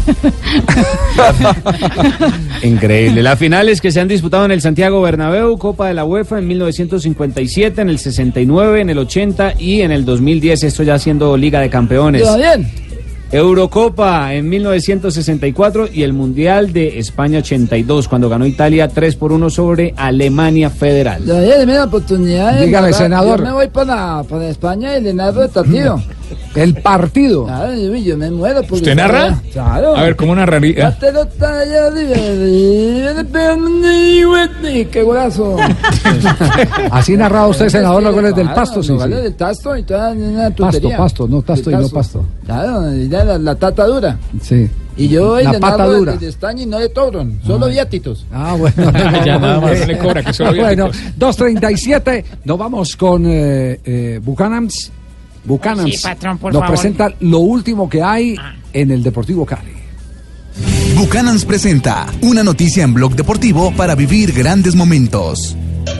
Increíble. Las finales que se han disputado en el Santiago Bernabéu, Copa de la UEFA en 1957, en el 69, en el 80 y en el 2010, esto ya siendo Liga de Campeones. ¿Todo bien? Eurocopa en 1964 y el Mundial de España 82, cuando ganó Italia 3-1 sobre Alemania Federal. Ya, deme la oportunidad. Dígame, senador. Yo me voy para España y le narro esta, tío. El partido. Claro, yo me muero. ¿Usted narra? Claro. A ver, ¿cómo narraría? La pelota allá arriba, ¡qué golazo! Así narraba usted, senador, los goles del Pasto, sí. Los goles del Pasto y toda una tontería. Pasto, no Tasto y no Pasto. Claro, ya la tata dura. Sí. Y yo la pata dura. De Estaño y no de Tobron, solo viáticos. Bueno. Ya nada más, no le cobra, que solo bueno, 2:37, nos vamos con Buchanans. Sí, patrón, por nos favor. presenta lo último que hay en el Deportivo Cali. Buchanans presenta una noticia en Blog Deportivo para vivir grandes momentos.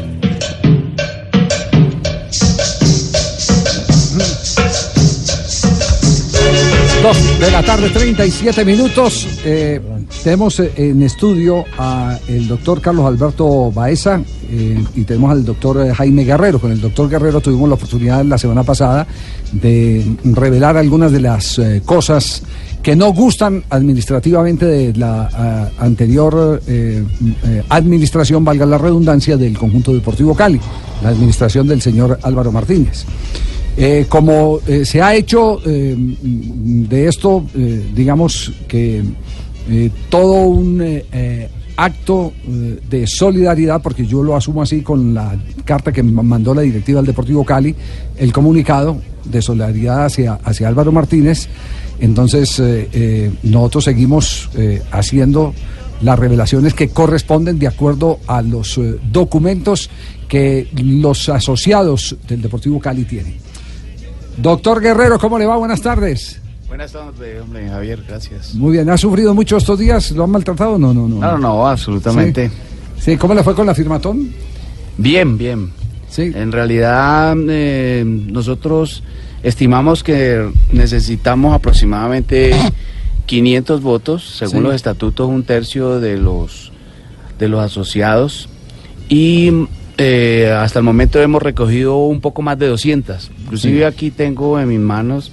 De la tarde, 37 minutos. Tenemos en estudio a el doctor Carlos Alberto Baeza y tenemos al doctor Jaime Guerrero. Con el doctor Guerrero tuvimos la oportunidad la semana pasada de revelar algunas de las cosas que no gustan administrativamente de la anterior administración, valga la redundancia, del conjunto Deportivo Cali, la administración del señor Álvaro Martínez. Como se ha hecho de esto, digamos que todo un acto de solidaridad, porque yo lo asumo así con la carta que mandó la directiva del Deportivo Cali, el comunicado de solidaridad hacia Álvaro Martínez. Entonces nosotros seguimos haciendo las revelaciones que corresponden de acuerdo a los documentos que los asociados del Deportivo Cali tienen. Doctor Guerrero, ¿cómo le va? Buenas tardes. Buenas tardes, hombre, Javier, gracias. Muy bien, ¿ha sufrido mucho estos días? ¿Lo han maltratado? No, absolutamente. Sí, ¿cómo le fue con la firmatón? Bien. Sí. En realidad, nosotros estimamos que necesitamos aproximadamente 500 votos, según los estatutos, 1/3 de los asociados, y hasta el momento hemos recogido un poco más de 200. Inclusive aquí tengo en mis manos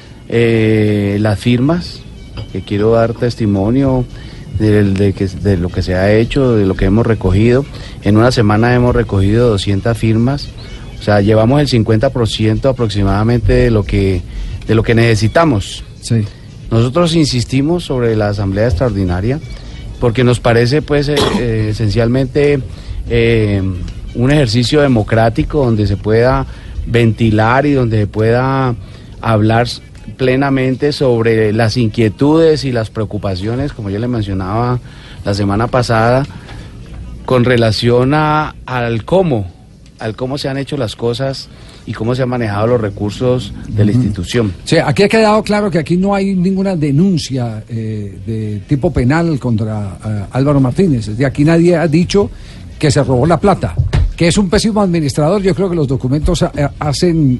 las firmas, que quiero dar testimonio de lo que se ha hecho, de lo que hemos recogido. En una semana hemos recogido 200 firmas, o sea, llevamos el 50% aproximadamente de lo que necesitamos. Sí. Nosotros insistimos sobre la asamblea extraordinaria porque nos parece, pues, esencialmente un ejercicio democrático donde se pueda ventilar y donde se pueda hablar plenamente sobre las inquietudes y las preocupaciones, como yo le mencionaba la semana pasada, con relación al cómo se han hecho las cosas y cómo se han manejado los recursos de la institución. Sí, aquí ha quedado claro que aquí no hay ninguna denuncia de tipo penal contra Álvaro Martínez. Es decir, aquí nadie ha dicho que se robó la plata, que es un pésimo administrador. Yo creo que los documentos hacen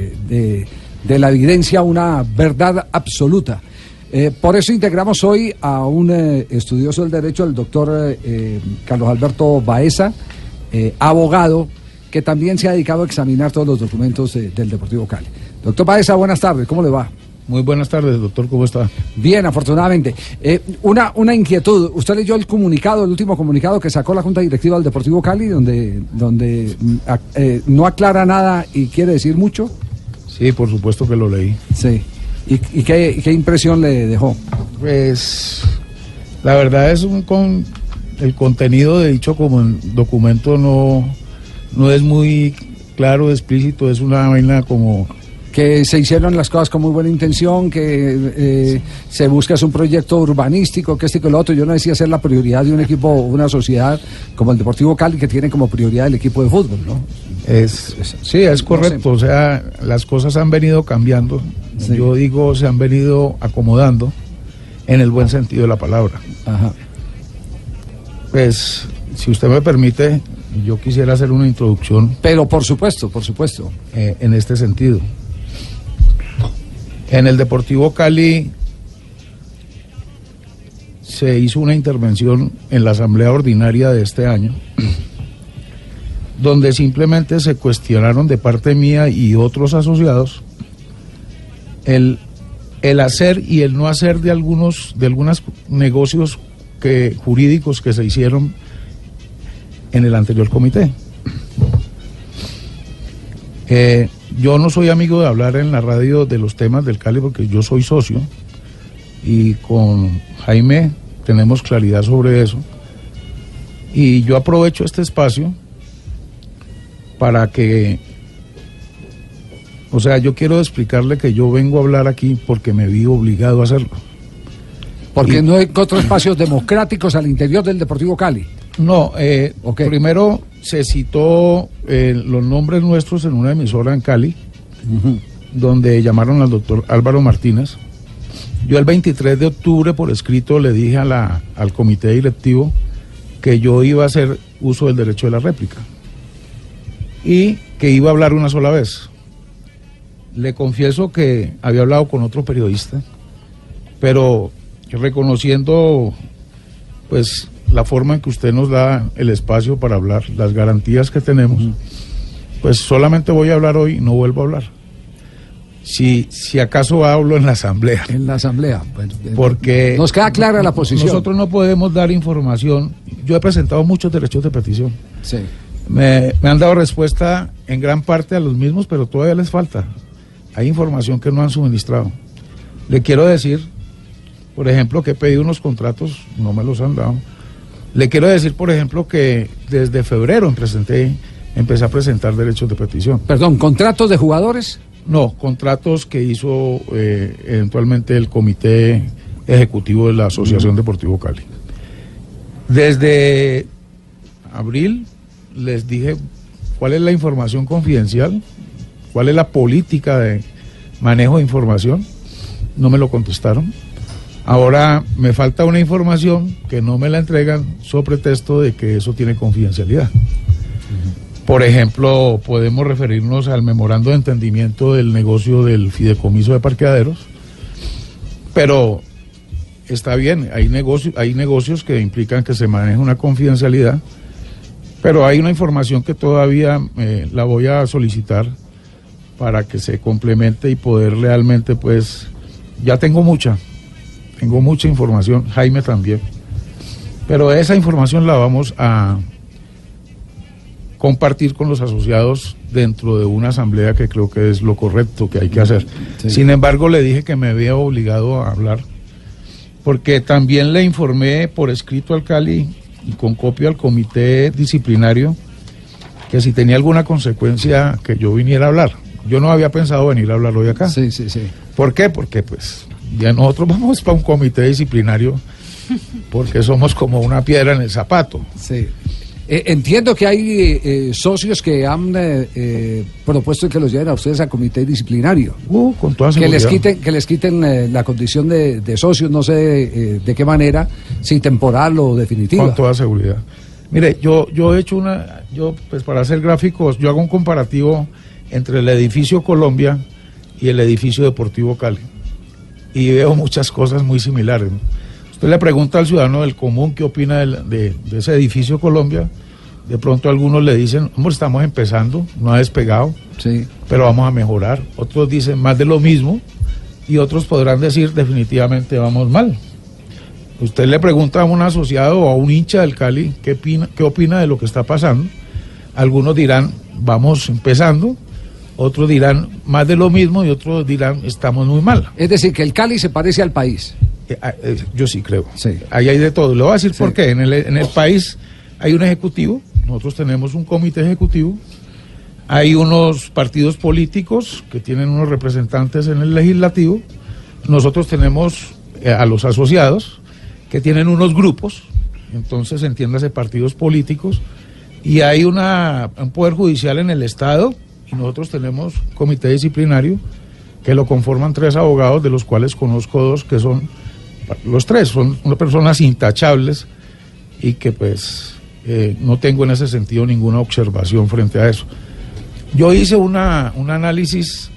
de la evidencia una verdad absoluta. Por eso integramos hoy a un estudioso del derecho, el doctor Carlos Alberto Baeza, abogado, que también se ha dedicado a examinar todos los documentos del Deportivo Cali. Doctor Baeza, buenas tardes, ¿cómo le va? Muy buenas tardes, doctor, ¿cómo está? Bien, afortunadamente. Una inquietud. ¿Usted leyó el último comunicado que sacó la Junta Directiva del Deportivo Cali, donde no aclara nada y quiere decir mucho? Sí, por supuesto que lo leí. Sí. ¿Y qué impresión le dejó? Pues, la verdad es el contenido de dicho documento no es muy claro, explícito, es una vaina como... Que se hicieron las cosas con muy buena intención, que se busca un proyecto urbanístico, que esto y que lo otro. Yo no decía ser la prioridad de un equipo, una sociedad como el Deportivo Cali, que tiene como prioridad el equipo de fútbol, ¿no? Sí, es correcto. O sea, las cosas han venido cambiando. Sí. Yo digo, se han venido acomodando en el buen sentido de la palabra. Ajá. Pues, si usted me permite, yo quisiera hacer una introducción. Pero por supuesto. En este sentido. En el Deportivo Cali se hizo una intervención en la Asamblea Ordinaria de este año, donde simplemente se cuestionaron de parte mía y otros asociados el hacer y el no hacer de algunos negocios jurídicos que se hicieron en el anterior comité. Yo no soy amigo de hablar en la radio de los temas del Cali porque yo soy socio y con Jaime tenemos claridad sobre eso. Y yo aprovecho este espacio para que, o sea, yo quiero explicarle que yo vengo a hablar aquí porque me vi obligado a hacerlo. Porque no encontró espacios democráticos al interior del Deportivo Cali. No, primero se citó los nombres nuestros en una emisora en Cali, donde llamaron al doctor Álvaro Martínez. Yo el 23 de octubre por escrito le dije al comité directivo que yo iba a hacer uso del derecho de la réplica y que iba a hablar una sola vez. Le confieso que había hablado con otro periodista, pero reconociendo pues la forma en que usted nos da el espacio para hablar, las garantías que tenemos, pues solamente voy a hablar hoy, no vuelvo a hablar. Si acaso hablo en la asamblea. En la asamblea. Bueno, porque nos queda clara la posición. Nosotros no podemos dar información. Yo he presentado muchos derechos de petición. Sí. Me han dado respuesta en gran parte a los mismos, pero todavía les falta. Hay información que no han suministrado. Le quiero decir, por ejemplo, que he pedido unos contratos, no me los han dado. Le quiero decir, por ejemplo, que desde febrero empecé a presentar derechos de petición. Perdón, ¿contratos de jugadores? No, contratos que hizo eventualmente el comité ejecutivo de la Asociación Deportivo Cali. Desde abril les dije cuál es la información confidencial, cuál es la política de manejo de información. No me lo contestaron. Ahora me falta una información que no me la entregan sobre pretexto de que eso tiene confidencialidad. Por ejemplo, podemos referirnos al memorando de entendimiento del negocio del fideicomiso de parqueaderos, pero está bien, hay negocios que implican que se maneje una confidencialidad, pero hay una información que todavía la voy a solicitar para que se complemente y poder realmente, pues, ya tengo mucha información, Jaime también, pero esa información la vamos a compartir con los asociados dentro de una asamblea que creo que es lo correcto que hay que hacer. Sí. Sin embargo, le dije que me había obligado a hablar, porque también le informé por escrito al Cali y con copia al comité disciplinario que si tenía alguna consecuencia que yo viniera a hablar. Yo no había pensado venir a hablar hoy acá. Sí, sí, sí. ¿Por qué? Porque pues ya nosotros vamos para un comité disciplinario porque somos como una piedra en el zapato. Sí. Entiendo que hay socios que han propuesto que los lleven a ustedes a comité disciplinario. Con toda seguridad. Que les quiten la condición de socios, no sé de qué manera, si temporal o definitiva. Con toda seguridad. Mire, yo he hecho pues para hacer gráficos, yo hago un comparativo entre el edificio Colombia y el edificio Deportivo Cali. Y veo muchas cosas muy similares, ¿no? Usted le pregunta al ciudadano del común qué opina de ese edificio Colombia. De pronto algunos le dicen, hombre, estamos empezando, no ha despegado, sí, pero vamos a mejorar. Otros dicen más de lo mismo y otros podrán decir definitivamente vamos mal. Usted le pregunta a un asociado o a un hincha del Cali qué opina de lo que está pasando. Algunos dirán, vamos empezando. Otros dirán más de lo mismo y otros dirán estamos muy mal. Es decir, que el Cali se parece al país. Yo sí creo. Sí. Ahí hay de todo. Le voy a decir por qué. En el país hay un ejecutivo, nosotros tenemos un comité ejecutivo, hay unos partidos políticos que tienen unos representantes en el legislativo, nosotros tenemos a los asociados que tienen unos grupos, entonces entiéndase partidos políticos, y hay un poder judicial en el Estado, y nosotros tenemos comité disciplinario que lo conforman 3 abogados, de los cuales conozco 2 que son, los 3 son personas intachables y que pues no tengo en ese sentido ninguna observación frente a eso. Yo hice un análisis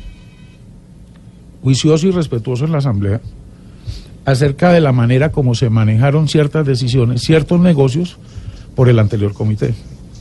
juicioso y respetuoso en la Asamblea acerca de la manera como se manejaron ciertas decisiones, ciertos negocios por el anterior comité.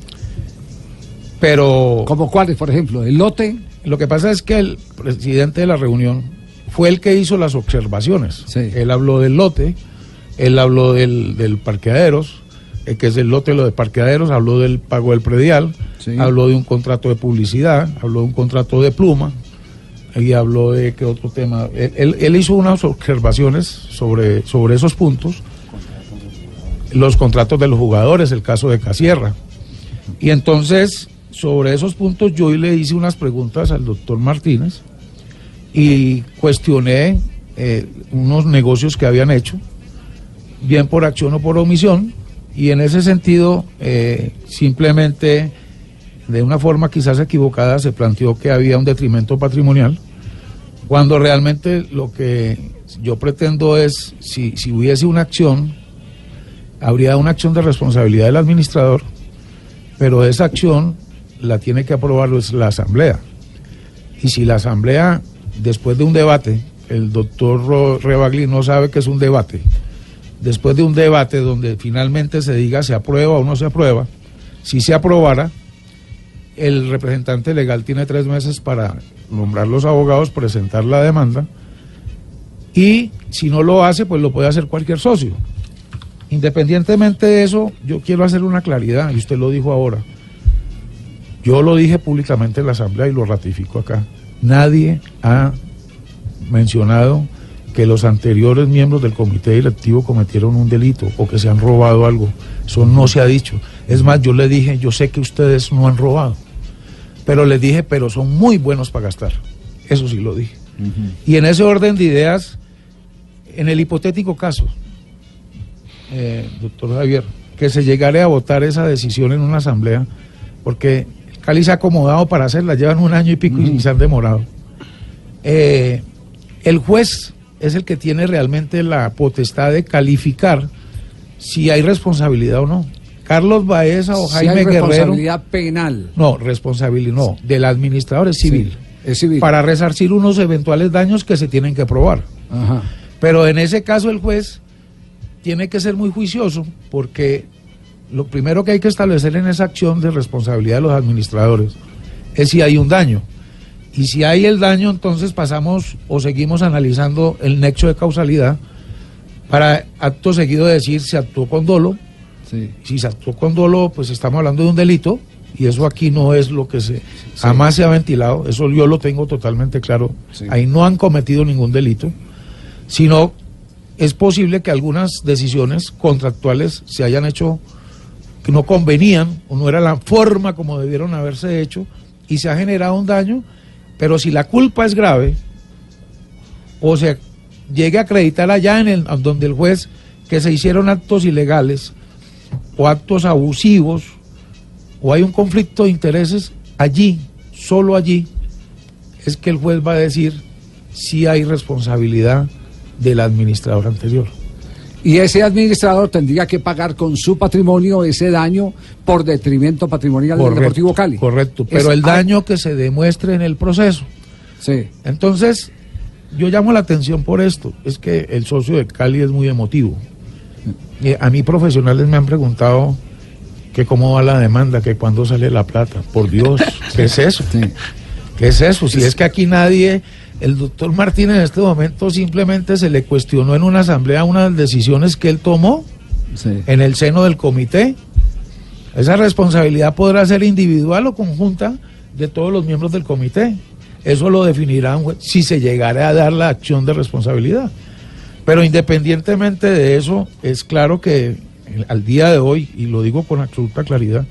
Pero... ¿Como cuáles, por ejemplo? ¿El lote? Lo que pasa es que el presidente de la reunión fue el que hizo las observaciones. Sí. Él habló del lote, él habló del parqueaderos, que es el lote lo de parqueaderos, habló del pago del predial, habló de un contrato de publicidad, habló de un contrato de pluma, y habló de qué otro tema. Él hizo unas observaciones sobre esos puntos, los contratos de los jugadores, el caso de Casierra. Y entonces, sobre esos puntos, yo le hice unas preguntas al doctor Martínez y cuestioné unos negocios que habían hecho, bien por acción o por omisión, y en ese sentido, simplemente, de una forma quizás equivocada, se planteó que había un detrimento patrimonial, cuando realmente lo que yo pretendo es, si hubiese una acción, habría una acción de responsabilidad del administrador, pero esa acción la tiene que aprobar la Asamblea. Y si la Asamblea, después de un debate, el doctor Rebagli no sabe que es un debate, después de un debate donde finalmente se diga se aprueba o no se aprueba, si se aprobara, el representante legal tiene 3 meses para nombrar los abogados, presentar la demanda, y si no lo hace, pues lo puede hacer cualquier socio. Independientemente de eso, yo quiero hacer una claridad, y usted lo dijo ahora. Yo lo dije públicamente en la Asamblea y lo ratifico acá. Nadie ha mencionado que los anteriores miembros del comité directivo cometieron un delito o que se han robado algo. Eso no se ha dicho. Es más, yo le dije, yo sé que ustedes no han robado, pero les dije, pero son muy buenos para gastar. Eso sí lo dije. Y en ese orden de ideas, en el hipotético caso, doctor Javier, que se llegara a votar esa decisión en una asamblea, porque Cali se ha acomodado para hacerla, llevan 1 año y pico y se han demorado. El juez es el que tiene realmente la potestad de calificar si hay responsabilidad o no. Carlos Baeza o Jaime Guerrero. Responsabilidad penal. No, responsabilidad no, del administrador es civil. Sí, es civil. Para resarcir unos eventuales daños que se tienen que probar. Ajá. Pero en ese caso el juez tiene que ser muy juicioso, porque lo primero que hay que establecer en esa acción de responsabilidad de los administradores es si hay un daño. Y si hay el daño, entonces pasamos o seguimos analizando el nexo de causalidad para acto seguido decir si actuó con dolo. Sí. Si se actuó con dolo, pues estamos hablando de un delito, y eso aquí no es lo que jamás se ha ventilado, eso yo lo tengo totalmente claro. Sí. Ahí no han cometido ningún delito, sino es posible que algunas decisiones contractuales se hayan hecho que no convenían o no era la forma como debieron haberse hecho y se ha generado un daño. Pero si la culpa es grave, o se llegue a acreditar allá donde el juez que se hicieron actos ilegales o actos abusivos, o hay un conflicto de intereses, allí, solo allí, es que el juez va a decir si hay responsabilidad del administrador anterior. Y ese administrador tendría que pagar con su patrimonio ese daño por detrimento patrimonial del Deportivo Cali. Correcto, pero el daño que se demuestre en el proceso. Sí. Entonces, yo llamo la atención por esto, es que el socio de Cali es muy emotivo. A mí profesionales me han preguntado que cómo va la demanda, que cuándo sale la plata. Por Dios, ¿qué es eso? Sí. ¿Qué es eso? Si es que aquí nadie... El doctor Martínez en este momento simplemente se le cuestionó en una asamblea unas decisiones que él tomó en el seno del comité. Esa responsabilidad podrá ser individual o conjunta de todos los miembros del comité. Eso lo definirá un juez si se llegara a dar la acción de responsabilidad. Pero independientemente de eso, es claro que al día de hoy, y lo digo con absoluta claridad,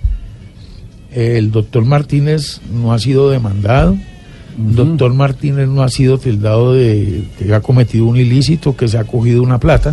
el doctor Martínez no ha sido demandado. Doctor Martínez no ha sido tildado de que ha cometido un ilícito, que se ha cogido una plata,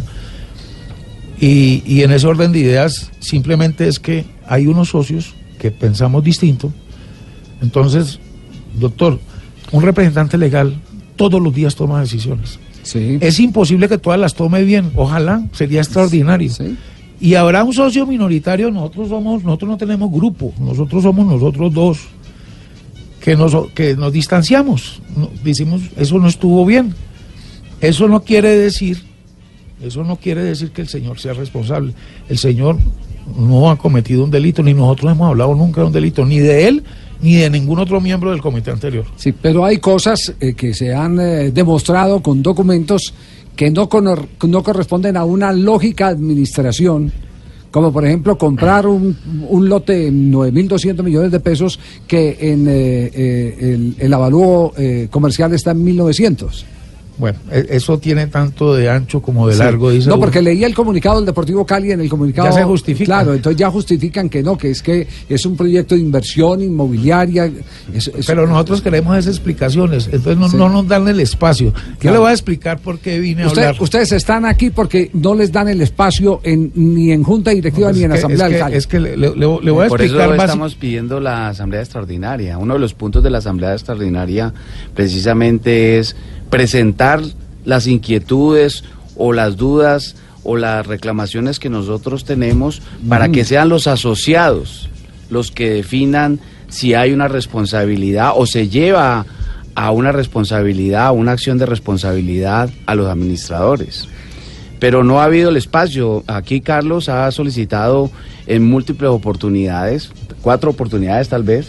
y en ese orden de ideas simplemente es que hay unos socios que pensamos distinto. Entonces, doctor, un representante legal todos los días toma decisiones. Sí. Es imposible que todas las tome bien, ojalá, sería extraordinario. Sí. Y habrá un socio minoritario, nosotros no tenemos grupo, nosotros somos nosotros dos. Que nos distanciamos, decimos, eso no estuvo bien. Eso no quiere decir que el señor sea responsable. El señor no ha cometido un delito, ni nosotros hemos hablado nunca de un delito, ni de él, ni de ningún otro miembro del comité anterior. Sí, pero hay cosas que se han demostrado con documentos que no corresponden a una lógica administración, como por ejemplo comprar un lote de 9.200 millones de pesos que en el avalúo comercial está en 1.900. Bueno, eso tiene tanto de ancho como de largo, dice. No, porque leía el comunicado del Deportivo Cali, en el comunicado... Ya se justifica. Claro, entonces ya justifican que es un proyecto de inversión inmobiliaria. Pero nosotros queremos esas explicaciones, entonces no nos dan el espacio. Claro. Yo le voy a explicar por qué vine a hablar. Ustedes están aquí porque no les dan el espacio ni en Junta Directiva ni en Asamblea del Cali. Es que le voy a explicar más. Por eso estamos pidiendo la Asamblea Extraordinaria. Uno de los puntos de la Asamblea Extraordinaria precisamente es presentar las inquietudes o las dudas o las reclamaciones que nosotros tenemos para que sean los asociados los que definan si hay una responsabilidad o se lleva a una responsabilidad, a una acción de responsabilidad a los administradores. Pero no ha habido el espacio. Aquí Carlos ha solicitado en múltiples oportunidades, 4 oportunidades tal vez,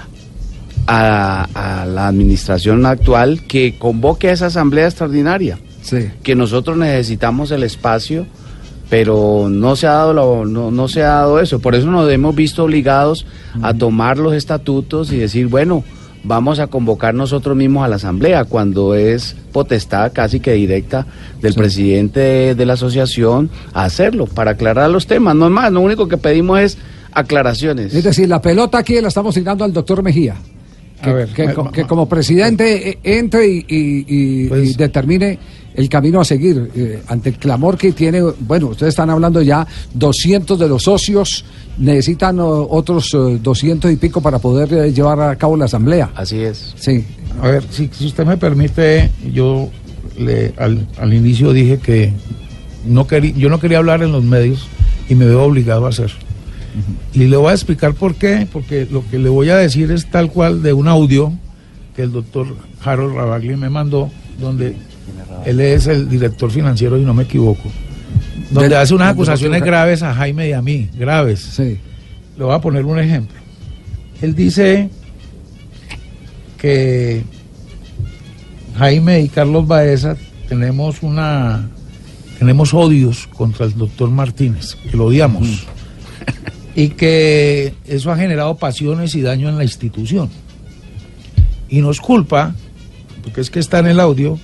a la administración actual que convoque a esa asamblea extraordinaria, que nosotros necesitamos el espacio, pero no se ha dado eso. Por eso nos hemos visto obligados a tomar los estatutos y decir, bueno, vamos a convocar nosotros mismos a la asamblea, cuando es potestad casi que directa del presidente de la asociación a hacerlo, para aclarar los temas. No es más, lo único que pedimos es aclaraciones. Es decir, la pelota aquí la estamos tirando al doctor Mejía. Que como presidente entre y determine el camino a seguir ante el clamor que tiene. Bueno, ustedes están hablando ya 200 de los socios, necesitan otros 200 y pico para poder llevar a cabo la asamblea. Así es. Sí. A ver, si usted me permite, yo al inicio dije que yo no quería hablar en los medios y me veo obligado a hacerlo. Y le voy a explicar por qué, porque lo que le voy a decir es tal cual de un audio que el doctor Harold Ravaglia me mandó, donde él es el director financiero, y no me equivoco, donde hace unas acusaciones graves a Jaime y a mí, graves. Sí. Le voy a poner un ejemplo. Él dice que Jaime y Carlos Baeza tenemos odios contra el doctor Martínez, que lo odiamos. Y que eso ha generado pasiones y daño en la institución. Y nos culpa, porque es que está en el audio,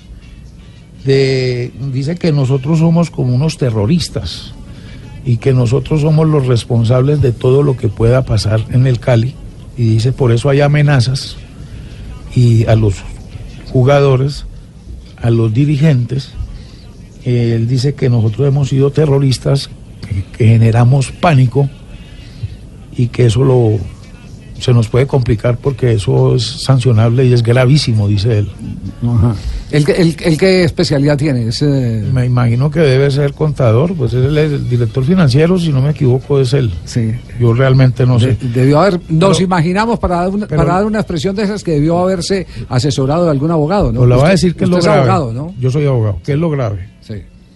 dice que nosotros somos como unos terroristas y que nosotros somos los responsables de todo lo que pueda pasar en el Cali. Y dice, por eso hay amenazas y a los jugadores, a los dirigentes. Él dice que nosotros hemos sido terroristas, que generamos pánico, y que eso se nos puede complicar porque eso es sancionable y es gravísimo, dice él. Ajá. ¿El qué especialidad tiene? Me imagino que debe ser contador, pues es el director financiero, si no me equivoco, es él. Sí. Yo realmente no sé. Debió haber, imaginamos, para dar una expresión de esas, que debió haberse asesorado de algún abogado, ¿no? Le va a decir que es lo grave. Abogado, ¿no? Yo soy abogado. ¿Qué es lo grave? Sí.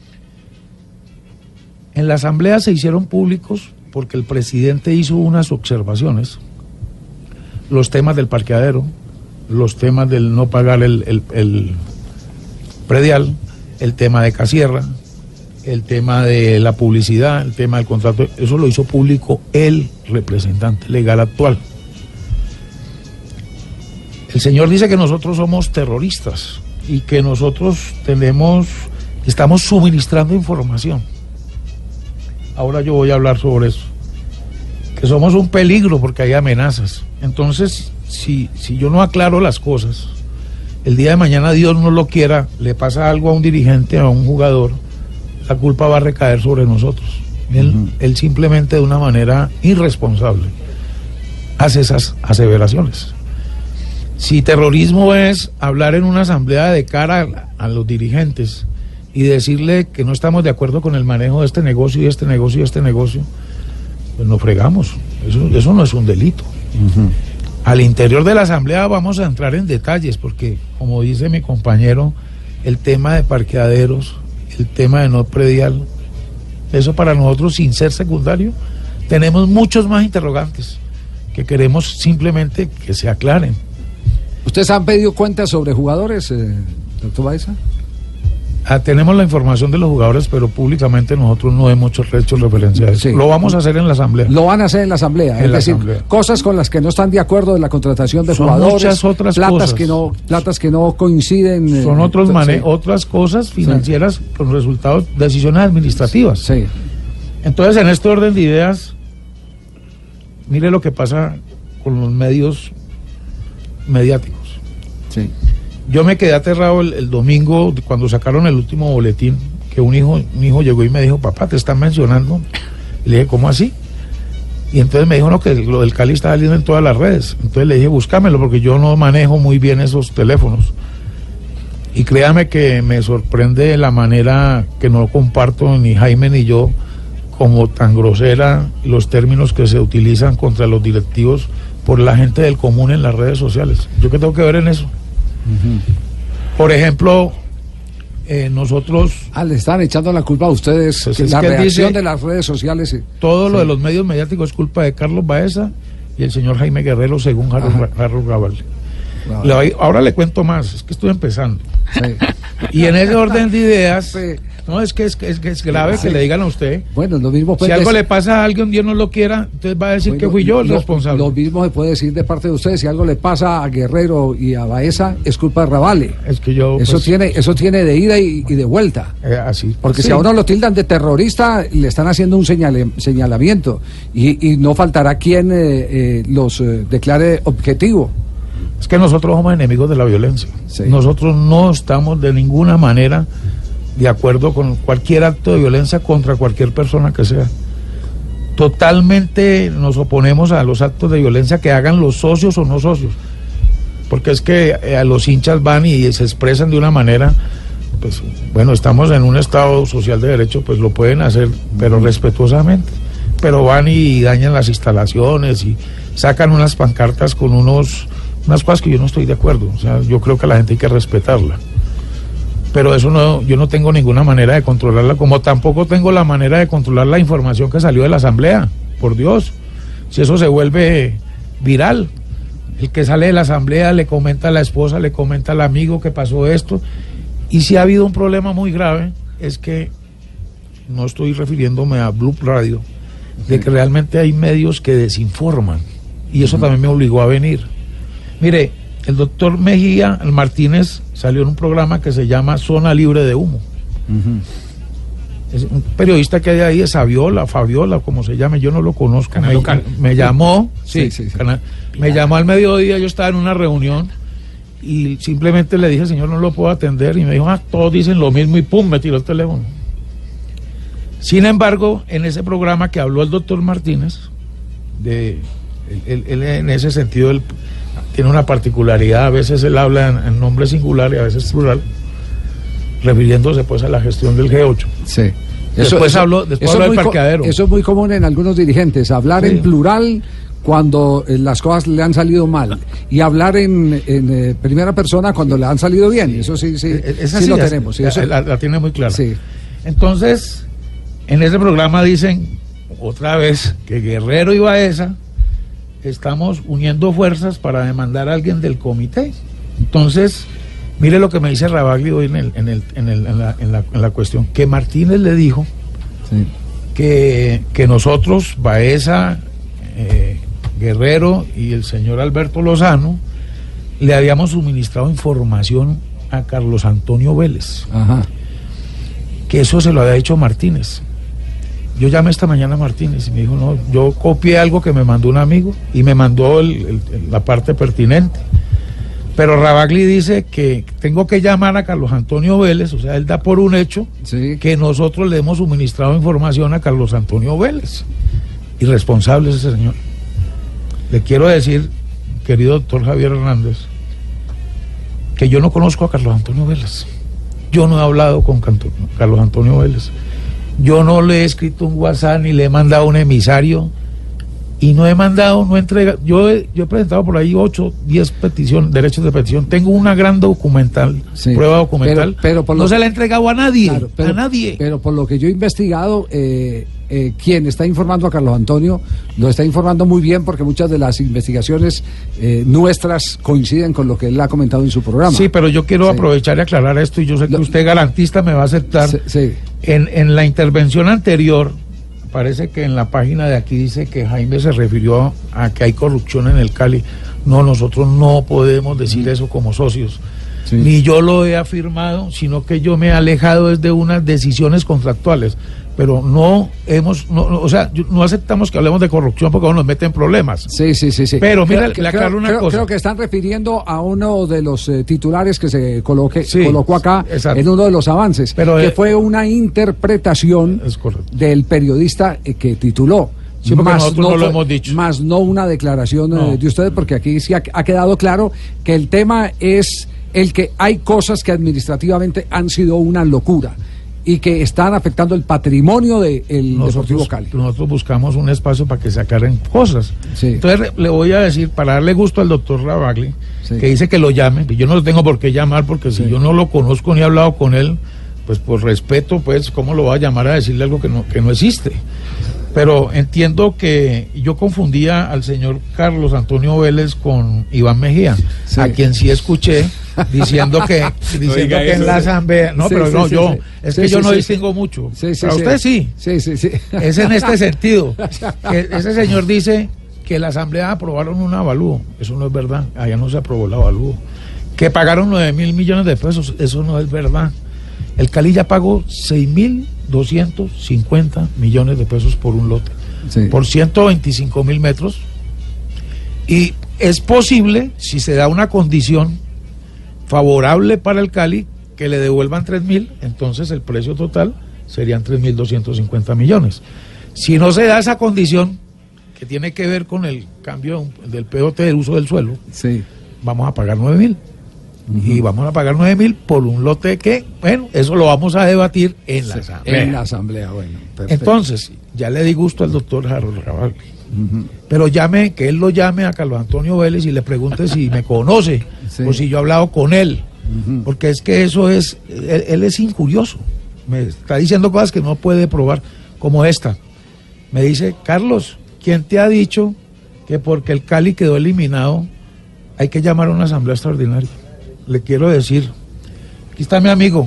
En la asamblea se hicieron públicos porque el presidente hizo unas observaciones, los temas del parqueadero, los temas del no pagar el predial, el tema de Casierra, el tema de la publicidad, el tema del contrato, eso lo hizo público el representante legal actual. El señor dice que nosotros somos terroristas y que nosotros estamos suministrando información. Ahora yo voy a hablar sobre eso. Que somos un peligro porque hay amenazas. Entonces, si yo no aclaro las cosas, el día de mañana, Dios no lo quiera, le pasa algo a un dirigente, a un jugador, la culpa va a recaer sobre nosotros. Él simplemente, de una manera irresponsable, hace esas aseveraciones. Si terrorismo es hablar en una asamblea de cara a los dirigentes y decirle que no estamos de acuerdo con el manejo de este negocio y este negocio y este negocio, pues nos fregamos. Eso no es un delito. Al interior de la asamblea vamos a entrar en detalles, porque, como dice mi compañero, el tema de parqueaderos, el tema de no predial, eso para nosotros, sin ser secundario, tenemos muchos más interrogantes que queremos simplemente que se aclaren. ¿Ustedes han pedido cuentas sobre jugadores, doctor Baeza? tenemos la información de los jugadores, pero públicamente nosotros no hemos hecho referencia a eso. Sí. Lo vamos a hacer en la asamblea. Lo van a hacer en la asamblea. Es decir, cosas con las que no están de acuerdo de la contratación de jugadores. Muchas otras cosas. Platas que no coinciden. Son otras cosas financieras con resultados, decisiones administrativas. Sí. Entonces, en este orden de ideas, mire lo que pasa con los medios mediáticos. Sí. Yo me quedé aterrado el domingo cuando sacaron el último boletín, que un hijo llegó y me dijo, papá, te están mencionando. Y le dije, ¿cómo así? Y entonces me dijo, no, que lo del Cali está saliendo en todas las redes. Entonces le dije, búscamelo, porque yo no manejo muy bien esos teléfonos. Y créame que me sorprende la manera que no comparto ni Jaime ni yo, como tan grosera los términos que se utilizan contra los directivos por la gente del común en las redes sociales. ¿Yo qué tengo que ver en eso? Por ejemplo, nosotros... le están echando la culpa a ustedes, pues la reacción de las redes sociales. Todo lo de los medios mediáticos es culpa de Carlos Baeza y el señor Jaime Guerrero, según Harold Raval. Ahora le cuento más, es que estoy empezando. Sí. Y en ese orden de ideas... Sí. No, es que es grave que le digan a usted. Bueno, lo mismo puede decir. Si algo le pasa a alguien, Dios no lo quiera, entonces va a decir que fui yo el responsable. Lo mismo se puede decir de parte de ustedes. Si algo le pasa a Guerrero y a Baeza, es culpa de Ravale. Es que yo... Eso tiene de ida y de vuelta. Así. Porque si a uno lo tildan de terrorista, le están haciendo un señalamiento. Y no faltará quien los declare objetivo. Es que nosotros somos enemigos de la violencia. Sí. Nosotros no estamos de ninguna manera de acuerdo con cualquier acto de violencia contra cualquier persona que sea. Totalmente nos oponemos a los actos de violencia que hagan los socios o no socios, porque es que a los hinchas van y se expresan de una manera, pues bueno, estamos en un estado social de derecho, pues lo pueden hacer, pero respetuosamente, pero van y dañan las instalaciones y sacan unas pancartas con unas cosas que yo no estoy de acuerdo. O sea, yo creo que a la gente hay que respetarla. Pero eso no, yo no tengo ninguna manera de controlarla, como tampoco tengo la manera de controlar la información que salió de la asamblea, por Dios. Si eso se vuelve viral, el que sale de la asamblea le comenta a la esposa, le comenta al amigo que pasó esto, y si ha habido un problema muy grave, es que no estoy refiriéndome a Blue Radio, de que realmente hay medios que desinforman, y eso también me obligó a venir. Mire, el doctor Mejía Martínez salió en un programa que se llama Zona Libre de Humo. Es un periodista que hay ahí, es Fabiola, como se llame, yo no lo conozco. Me llamó, me llamó al mediodía, yo estaba en una reunión y simplemente le dije, señor, no lo puedo atender, y me dijo, todos dicen lo mismo, y pum, me tiró el teléfono. Sin embargo, en ese programa que habló el doctor Martínez, él en ese sentido, tiene una particularidad, a veces él habla en nombre singular y a veces plural, refiriéndose pues a la gestión del G8. Sí. Después habló del parqueadero. Eso es muy común en algunos dirigentes, hablar en plural cuando las cosas le han salido mal y hablar en primera persona cuando le han salido bien. Eso sí lo tenemos. Sí, la tiene muy clara. Sí. Entonces, en ese programa dicen otra vez que Guerrero y Baeza estamos uniendo fuerzas para demandar a alguien del comité. Entonces, mire lo que me dice Rabagli hoy en la cuestión, que Martínez le dijo que nosotros, Baeza, Guerrero y el señor Alberto Lozano, le habíamos suministrado información a Carlos Antonio Vélez. Que eso se lo había dicho Martínez. Yo llamé esta mañana a Martínez y me dijo, no, yo copié algo que me mandó un amigo y me mandó la parte pertinente. Pero Rabagli dice que tengo que llamar a Carlos Antonio Vélez, o sea, él da por un hecho que nosotros le hemos suministrado información a Carlos Antonio Vélez. Irresponsable es ese señor. Le quiero decir, querido doctor Javier Hernández, que yo no conozco a Carlos Antonio Vélez. Yo no he hablado con Carlos Antonio Vélez. Yo no le he escrito un WhatsApp ni le he mandado un emisario y no he entregado. Yo he presentado por ahí 8, 10 derechos de petición. Tengo una gran prueba documental. Pero no se la he entregado a nadie, a nadie. Pero por lo que yo he investigado, quien está informando a Carlos Antonio lo está informando muy bien, porque muchas de las investigaciones nuestras coinciden con lo que él ha comentado en su programa. Sí, pero yo quiero aprovechar y aclarar esto, y yo sé que usted, garantista, me va a aceptar. Sí. En la intervención anterior, parece que en la página de aquí dice que Jaime se refirió a que hay corrupción en el Cali. No, nosotros no podemos decir eso como socios. Sí. Ni yo lo he afirmado, sino que yo me he alejado desde unas decisiones contractuales. Pero no aceptamos que hablemos de corrupción porque nos meten problemas. Sí. Pero mira, le aclaro una cosa. Creo que están refiriendo a uno de los titulares que se colocó acá, exacto, en uno de los avances, pero que fue una interpretación del periodista que tituló. Sí, porque nosotros no lo hemos dicho. Más no una declaración de ustedes, porque aquí sí ha quedado claro que el tema es el que hay cosas que administrativamente han sido una locura y que están afectando el patrimonio del Deportivo Cali. Nosotros buscamos un espacio para que se aclaren cosas. Sí. Entonces le voy a decir, para darle gusto al doctor Rabagli, que dice que lo llame, yo no lo tengo por qué llamar, porque si yo no lo conozco ni he hablado con él, pues por respeto, pues cómo lo voy a llamar a decirle algo que no existe. Pero entiendo que yo confundía al señor Carlos Antonio Vélez con Iván Mejía, a quien sí escuché diciendo que en la asamblea, yo no distingo mucho. Para usted sí. Es en este sentido. Que ese señor dice que la asamblea aprobaron un avalúo. Eso no es verdad. Allá no se aprobó el avalúo. Que pagaron 9.000 millones de pesos. Eso no es verdad. El Cali ya pagó 6.250 millones de pesos por un lote, por 125.000 metros, y es posible, si se da una condición favorable para el Cali, que le devuelvan 3.000, entonces el precio total serían 3.250 millones. Si no se da esa condición, que tiene que ver con el cambio del POT del uso del suelo, vamos a pagar 9.000. Y vamos a pagar 9.000 por un lote que, bueno, eso lo vamos a debatir en la asamblea. En la asamblea, bueno. Perfecto. Entonces, ya le di gusto al doctor Harold Rabagli. Pero que él lo llame a Carlos Antonio Vélez y le pregunte si me conoce o si yo he hablado con él. Porque es que eso es, él es injurioso. Me está diciendo cosas que no puede probar, como esta. Me dice, Carlos, ¿quién te ha dicho que porque el Cali quedó eliminado hay que llamar a una asamblea extraordinaria? Le quiero decir, aquí está mi amigo,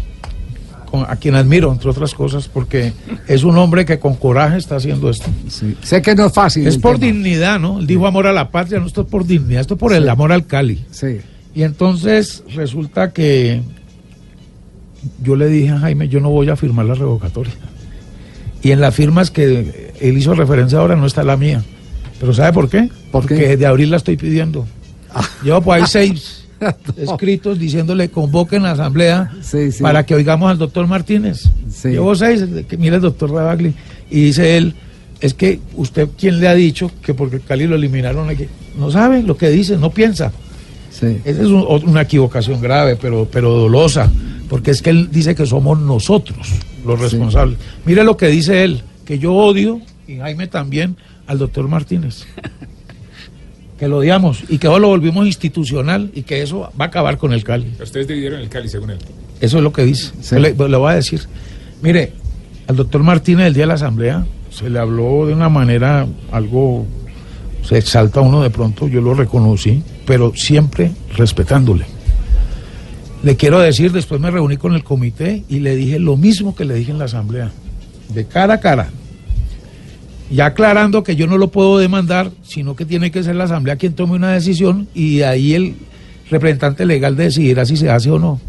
a quien admiro, entre otras cosas, porque es un hombre que con coraje está haciendo esto. Sé que no es fácil. Es por dignidad, ¿no? Él dijo amor a la patria, no esto es por dignidad, esto es por el amor al Cali. Y entonces resulta que yo le dije a Jaime, yo no voy a firmar la revocatoria. Y en las firmas que él hizo referencia ahora no está la mía. ¿Pero sabe por qué? Porque desde abril la estoy pidiendo. Llevo por ahí 6 escritos diciéndole convoquen la asamblea para que oigamos al doctor Martínez. Llevo 6, que mire el doctor Rabagli, y dice él, es que usted, ¿quién le ha dicho que porque el Cali lo eliminaron aquí? No sabe lo que dice, no piensa. Esa es una equivocación grave, pero dolosa, porque es que él dice que somos nosotros los responsables. Mire lo que dice él, que yo odio, y Jaime también, al doctor Martínez. Que lo odiamos y que ahora lo volvimos institucional y que eso va a acabar con el Cali. Ustedes dividieron el Cali, según él. Eso es lo que dice. Le voy a decir. Mire, al doctor Martínez el día de la asamblea se le habló de una manera algo, se exalta uno de pronto, yo lo reconocí, pero siempre respetándole. Le quiero decir, después me reuní con el comité y le dije lo mismo que le dije en la asamblea, de cara a cara. Ya aclarando que yo no lo puedo demandar, sino que tiene que ser la asamblea quien tome una decisión y de ahí el representante legal decidirá si se hace o no.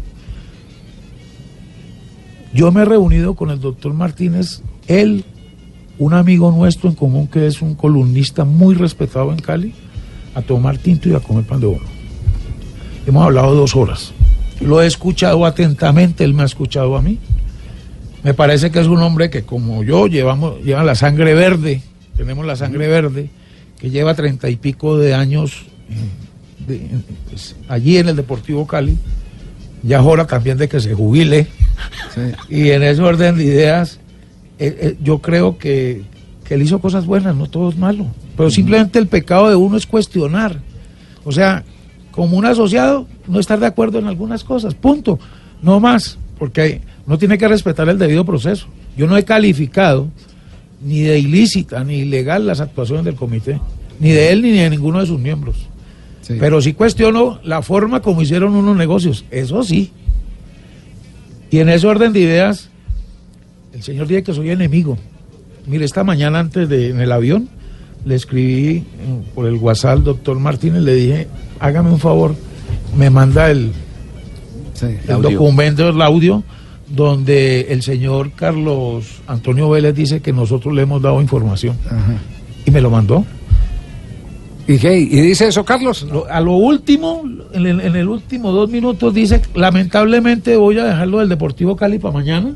Yo me he reunido con el doctor Martínez, él, un amigo nuestro en común que es un columnista muy respetado en Cali, a tomar tinto y a comer pan de bono. Hemos hablado 2 horas. Lo he escuchado atentamente, él me ha escuchado a mí. Me parece que es un hombre que, como yo, lleva la sangre verde, tenemos la sangre verde, que lleva 30 y pico de años pues, allí en el Deportivo Cali. Ya es hora también de que se jubile. Y en ese orden de ideas, yo creo que él hizo cosas buenas, no todo es malo. Pero simplemente el pecado de uno es cuestionar. O sea, como un asociado, no estar de acuerdo en algunas cosas, punto. No más, porque uno tiene que respetar el debido proceso. Yo no he calificado ni de ilícita ni ilegal las actuaciones del comité, ni de él ni de ninguno de sus miembros. Sí. Pero sí cuestiono la forma como hicieron unos negocios, eso sí. Y en ese orden de ideas, el señor dice que soy enemigo. Mire, esta mañana en el avión, le escribí por el WhatsApp al doctor Martínez, le dije, hágame un favor, me manda el documento, el audio, donde el señor Carlos Antonio Vélez dice que nosotros le hemos dado información. Ajá. Y me lo mandó. ¿Y qué? ¿Y dice eso, Carlos? A lo último, en el último 2 minutos dice, lamentablemente voy a dejarlo del Deportivo Cali para mañana.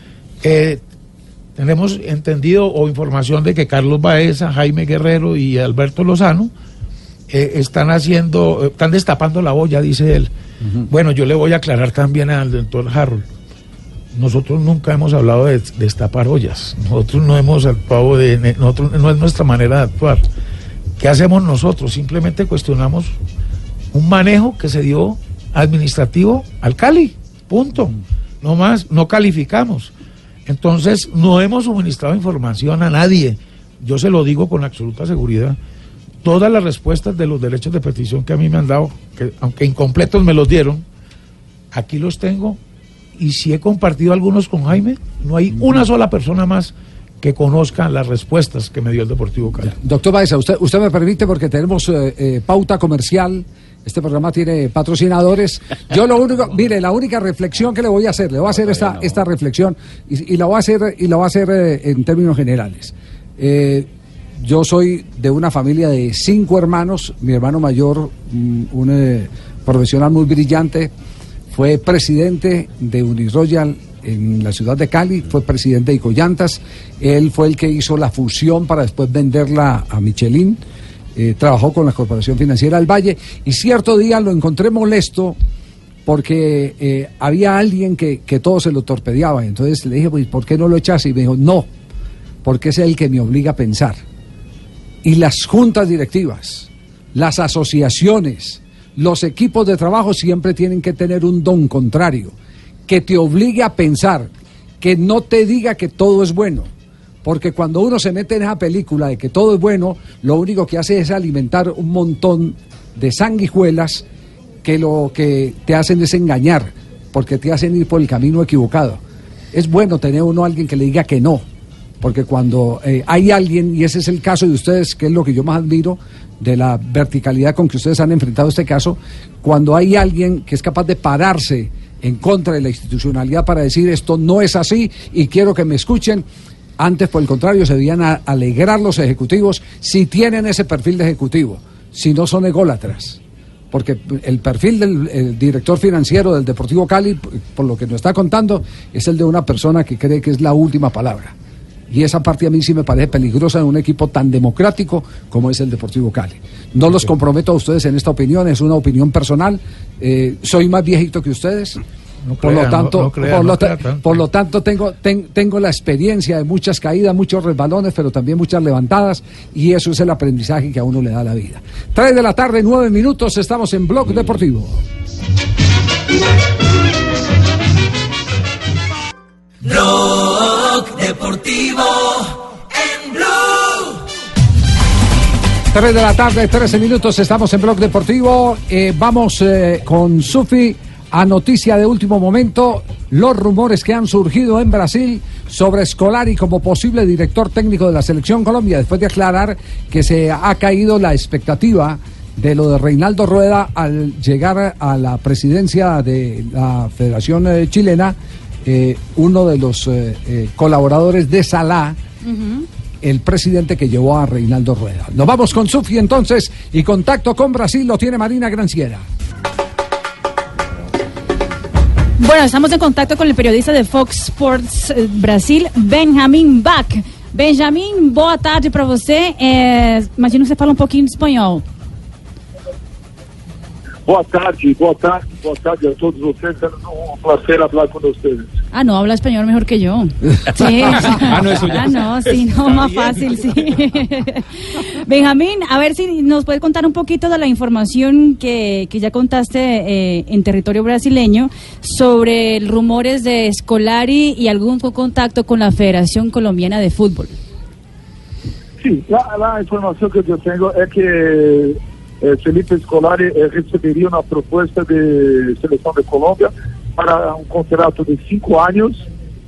Tenemos entendido o información de que Carlos Baeza, Jaime Guerrero y Alberto Lozano están destapando la olla, dice él. Uh-huh. Bueno, yo le voy a aclarar también al doctor Harold. Nosotros nunca hemos hablado de destapar ollas. Nosotros no hemos actuado no es nuestra manera de actuar. ¿Qué hacemos nosotros? Simplemente cuestionamos un manejo que se dio administrativo al Cali. Punto. No más, no calificamos. Entonces, no hemos suministrado información a nadie. Yo se lo digo con absoluta seguridad. Todas las respuestas de los derechos de petición que a mí me han dado, que aunque incompletos me los dieron, aquí los tengo. Y si he compartido algunos con Jaime, no hay una sola persona más que conozca las respuestas que me dio el Deportivo Cali. Doctor Baeza, usted me permite, porque tenemos pauta comercial. Este programa tiene patrocinadores. Yo lo único, mire, la única reflexión que le voy a hacer esta reflexión y la voy a hacer en términos generales. Yo soy de una familia de 5 hermanos. Mi hermano mayor, un profesional muy brillante, fue presidente de Uniroyal en la ciudad de Cali, fue presidente de Icollantas. Él fue el que hizo la fusión para después venderla a Michelin. Trabajó con la Corporación Financiera del Valle y cierto día lo encontré molesto porque había alguien que todo se lo torpedeaba. Entonces le dije, pues, ¿por qué no lo echas? Y me dijo, no, porque es el que me obliga a pensar. Y las juntas directivas, las asociaciones, los equipos de trabajo siempre tienen que tener un don contrario, que te obligue a pensar, que no te diga que todo es bueno. Porque cuando uno se mete en esa película de que todo es bueno, lo único que hace es alimentar un montón de sanguijuelas que lo que te hacen es engañar, porque te hacen ir por el camino equivocado. Es bueno tener alguien que le diga que no, porque cuando hay alguien, y ese es el caso de ustedes, que es lo que yo más admiro, de la verticalidad con que ustedes han enfrentado este caso, cuando hay alguien que es capaz de pararse en contra de la institucionalidad para decir esto no es así y quiero que me escuchen. Antes, por el contrario, se debían alegrar los ejecutivos si tienen ese perfil de ejecutivo, si no son ególatras. Porque el perfil del director financiero del Deportivo Cali, por lo que nos está contando, es el de una persona que cree que es la última palabra. Y esa parte a mí sí me parece peligrosa en un equipo tan democrático como es el Deportivo Cali. No los comprometo a ustedes en esta opinión, es una opinión personal. Soy más viejito que ustedes. Por lo tanto tengo la experiencia de muchas caídas, muchos resbalones, pero también muchas levantadas, y eso es el aprendizaje que a uno le da la vida. 3 de la tarde, 9 minutos, estamos en Blog Deportivo. Blog Deportivo en Blue. 3 de la tarde, 13 minutos, estamos en Blog Deportivo. Vamos con Sufi a noticia de último momento, los rumores que han surgido en Brasil sobre Scolari como posible director técnico de la Selección Colombia, después de aclarar que se ha caído la expectativa de lo de Reinaldo Rueda al llegar a la presidencia de la Federación Chilena, uno de los colaboradores de Salá, el presidente que llevó a Reinaldo Rueda. Nos vamos con Sufi entonces, y contacto con Brasil lo tiene Marina Granciera. Bueno, estamos en contacto con el periodista de Fox Sports Brasil, Benjamin Bach. Benjamin, boa tarde para você. Imagino que você fala pouquinho de espanhol. Boa tarde a todos vocês. É um prazer falar com vocês. Ah, no, habla español mejor que yo. Sí. Más fácil, sí. Benjamín, a ver si nos puedes contar un poquito de la información que ya contaste en territorio brasileño sobre rumores de Scolari y algún contacto con la Federación Colombiana de Fútbol. Sí, la información que yo tengo es que Felipe Scolari recibiría una propuesta de selección de Colombia para un contrato de 5 años,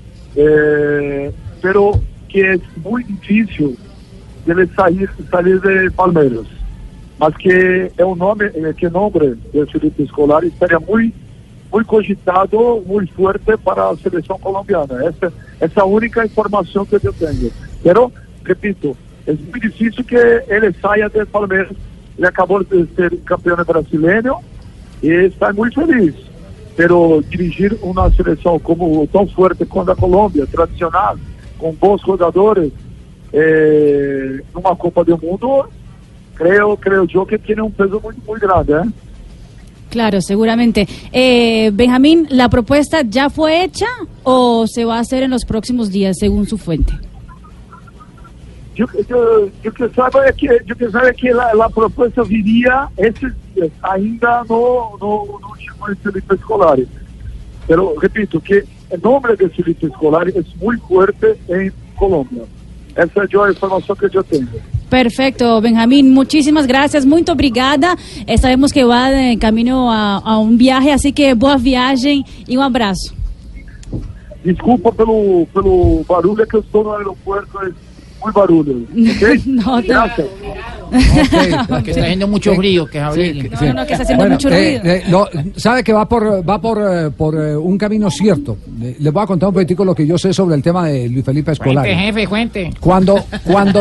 pero que es muy difícil de él salir de Palmeiras. Mas que é um nome, que o nome de Felipe Scolari estaria muito cogitado, muito forte para a seleção colombiana. Essa é a única informação que eu tenho. Pero, repito, é muito difícil que ele saia de Palmeiras. Ele acabou de ser campeão brasileiro e está muito feliz. Pero dirigir uma seleção como tão forte quanto a Colômbia, tradicional, com bons jogadores, numa Copa do Mundo, creo yo que tiene un peso muy grande, ¿eh? Claro, seguramente. Benjamín, ¿la propuesta ya fue hecha o se va a hacer en los próximos días, según su fuente? Yo que sabe que la propuesta viría esses dias. Ainda no llegó el Felipe Scolari. Pero repito que el nombre de Felipe Scolari es muy fuerte en Colombia. Essa é a informação que eu tenho. Perfecto, Benjamín, muchísimas gracias, muito obrigada. Sabemos que va de camino a un viaje, así que boa viagem e um abraço. Desculpa pelo barulho, que eu estou no aeroporto, é muy barulho, ¿ok? No, gracias. Okay. Que está haciendo mucho frío, que abriguen. No, que está haciendo mucho ruido. Sabe que va por un camino cierto. Les voy a contar un poquitico lo que yo sé sobre el tema de Luis Felipe Scolari. Cuente, jefe, cuente. Cuando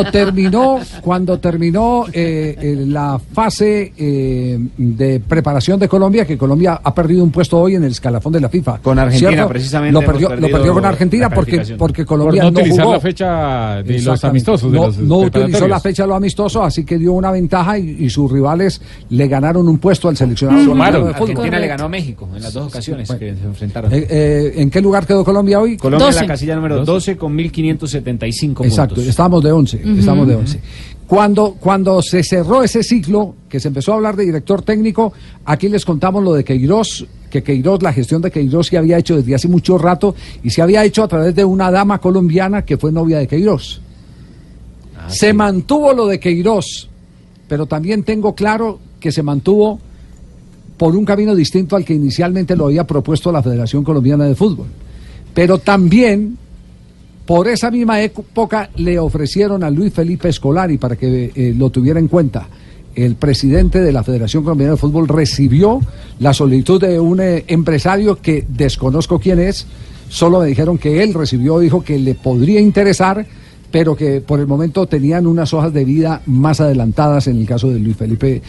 terminó la fase de preparación de Colombia, que Colombia ha perdido un puesto hoy en el escalafón de la FIFA. Con Argentina, ¿cierto? precisamente. Lo perdió con Argentina porque Colombia por no utilizar jugó la fecha de los amistosos. No utilizó la fecha de los amistosos, así que dio una ventaja y sus rivales le ganaron un puesto al seleccionado colombiano de fútbol. Argentina le ganó a México en las dos ocasiones que se enfrentaron. ¿En qué lugar quedó Colombia hoy? Colombia 12. En la casilla número 12 con 1.575 puntos. Exacto, estamos de 11. Estamos de 11. Cuando se cerró ese ciclo, que se empezó a hablar de director técnico, aquí les contamos lo de Queiroz, que Queiroz, la gestión de Queiroz se había hecho desde hace mucho rato y se había hecho a través de una dama colombiana que fue novia de Queiroz. Se mantuvo lo de Queiroz, pero también tengo claro que se mantuvo por un camino distinto al que inicialmente lo había propuesto la Federación Colombiana de Fútbol. Pero también, por esa misma época, le ofrecieron a Luis Felipe Scolari, para que lo tuviera en cuenta. El presidente de la Federación Colombiana de Fútbol recibió la solicitud de un empresario que desconozco quién es, solo me dijeron que él recibió, dijo que le podría interesar, pero que por el momento tenían unas hojas de vida más adelantadas en el caso de Luis Felipe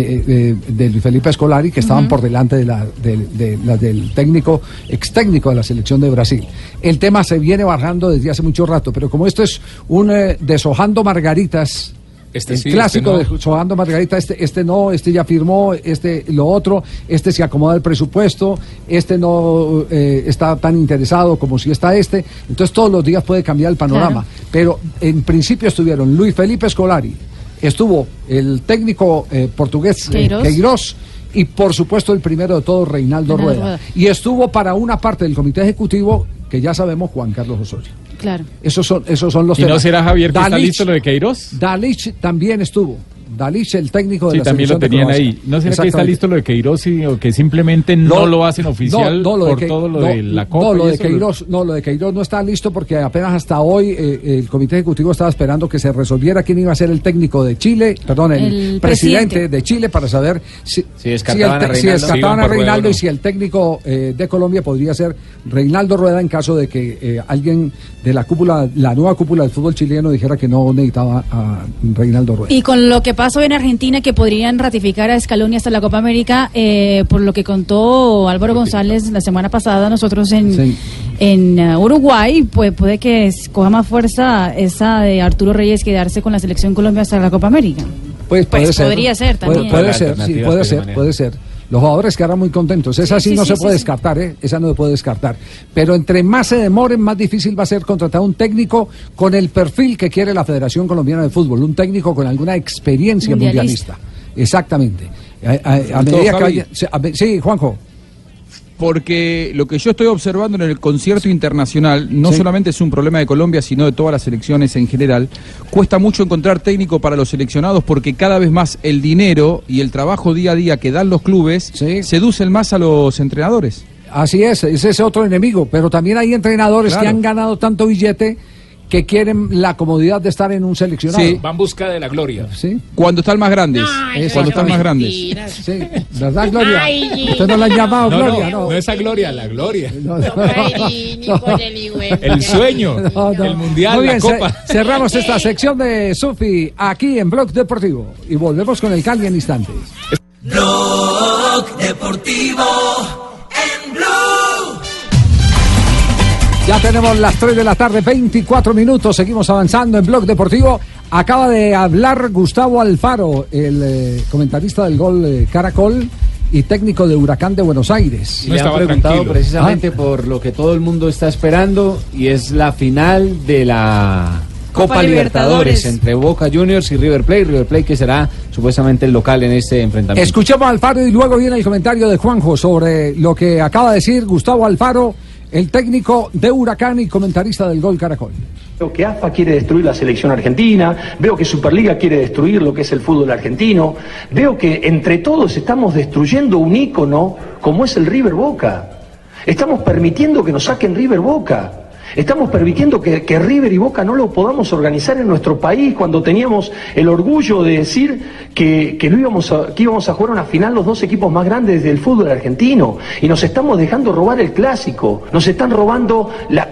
Scolari, que estaban por delante de las del técnico, ex técnico de la selección de Brasil. El tema se viene bajando desde hace mucho rato, pero como esto es un deshojando margaritas, clásico de deshojando margaritas, este no, este ya firmó, este lo otro, este se acomoda el presupuesto, este no está tan interesado como si está este, entonces todos los días puede cambiar el panorama. Claro. Pero en principio estuvieron Luis Felipe Scolari, estuvo el técnico portugués Queiroz y por supuesto el primero de todos, Reinaldo Rueda. Y estuvo para una parte del comité ejecutivo, que ya sabemos, Juan Carlos Osorio. Claro. Esos son los temas. ¿Y no será Javier que está listo lo de Queiroz? Dalich también estuvo. Dalich, el técnico de la también lo tenían ahí. ¿No será que está listo lo de Queiroz o que simplemente no lo hacen oficial por todo lo de la Copa? Lo de Queiroz no está listo porque apenas hasta hoy el comité ejecutivo estaba esperando que se resolviera quién iba a ser el técnico de Chile, el presidente de Chile, para saber si descartaban a Reinaldo y si el técnico de Colombia podría ser Reinaldo Rueda en caso de que alguien de la nueva cúpula del fútbol chileno dijera que no necesitaba a Reinaldo Rueda. Y con lo que pasó en Argentina, que podrían ratificar a Scaloni hasta la Copa América, por lo que contó Álvaro González la semana pasada, nosotros en Uruguay, pues puede que coja más fuerza esa de Arturo Reyes quedarse con la selección Colombia hasta la Copa América. Pues podría ser también. Puede ser. Los jugadores quedarán muy contentos. Esa sí no se puede descartar, Esa no se puede descartar. Pero entre más se demoren, más difícil va a ser contratar un técnico con el perfil que quiere la Federación Colombiana de Fútbol. Un técnico con alguna experiencia mundialista. Exactamente. A medida que vaya... Sí, Juanjo. Porque lo que yo estoy observando en el concierto internacional no solamente es un problema de Colombia, sino de todas las selecciones en general. Cuesta mucho encontrar técnico para los seleccionados porque cada vez más el dinero y el trabajo día a día que dan los clubes seducen más a los entrenadores. Así es, ese es otro enemigo, pero también hay entrenadores que han ganado tanto billete que quieren la comodidad de estar en un seleccionado. Sí, van en busca de la gloria. Sí. Cuando están más grandes. Cuando están más grandes. Sí, ¿verdad, Gloria? Usted no la han llamado Gloria, no esa Gloria, la gloria. El El sueño, el mundial, muy bien, la copa. Cerramos esta sección de Sufi aquí en Blog Deportivo y volvemos con el Cali en instantes. Blog Deportivo en Blue. Ya tenemos las 3 de la tarde, 24 minutos, seguimos avanzando en Blog Deportivo. Acaba de hablar Gustavo Alfaro, el comentarista del Gol Caracol y técnico de Huracán de Buenos Aires. Y le han preguntado precisamente por lo que todo el mundo está esperando, y es la final de la Copa Libertadores entre Boca Juniors y River Plate que será supuestamente el local en este enfrentamiento. Escuchemos a Alfaro y luego viene el comentario de Juanjo sobre lo que acaba de decir Gustavo Alfaro, el técnico de Huracán y comentarista del Gol Caracol. Veo que AFA quiere destruir la selección argentina, veo que Superliga quiere destruir lo que es el fútbol argentino, veo que entre todos estamos destruyendo un ícono como es el River Boca. Estamos permitiendo que nos saquen River Boca. Estamos permitiendo que River y Boca no lo podamos organizar en nuestro país cuando teníamos el orgullo de decir que íbamos a jugar una final los dos equipos más grandes del fútbol argentino, y nos estamos dejando robar el clásico, nos están robando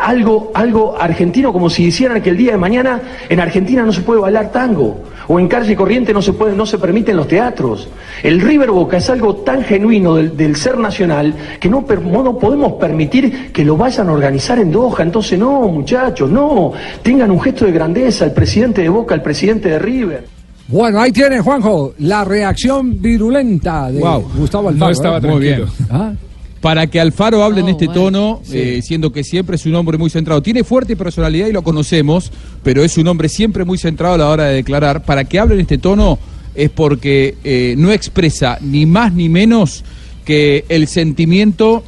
algo argentino, como si hicieran que el día de mañana en Argentina no se puede bailar tango, o en Calle Corriente no se permiten los teatros. El River Boca es algo tan genuino del ser nacional que no podemos permitir que lo vayan a organizar en Doha. Entonces no, muchachos, no, tengan un gesto de grandeza, el presidente de Boca, el presidente de River. Bueno, ahí tiene, Juanjo, la reacción virulenta de Gustavo Alfaro. No estaba tranquilo. Para que Alfaro hable en este tono, siendo que siempre es un hombre muy centrado. Tiene fuerte personalidad y lo conocemos, pero es un hombre siempre muy centrado a la hora de declarar. Para que hable en este tono es porque no expresa ni más ni menos que el sentimiento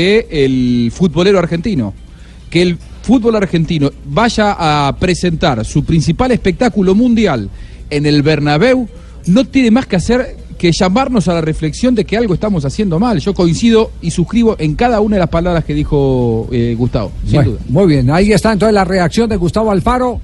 del futbolero argentino. Que el fútbol argentino vaya a presentar su principal espectáculo mundial en el Bernabéu no tiene más que hacer que llamarnos a la reflexión de que algo estamos haciendo mal. Yo coincido y suscribo en cada una de las palabras que dijo Gustavo, sin duda. Muy bien, ahí está entonces la reacción de Gustavo Alfaro,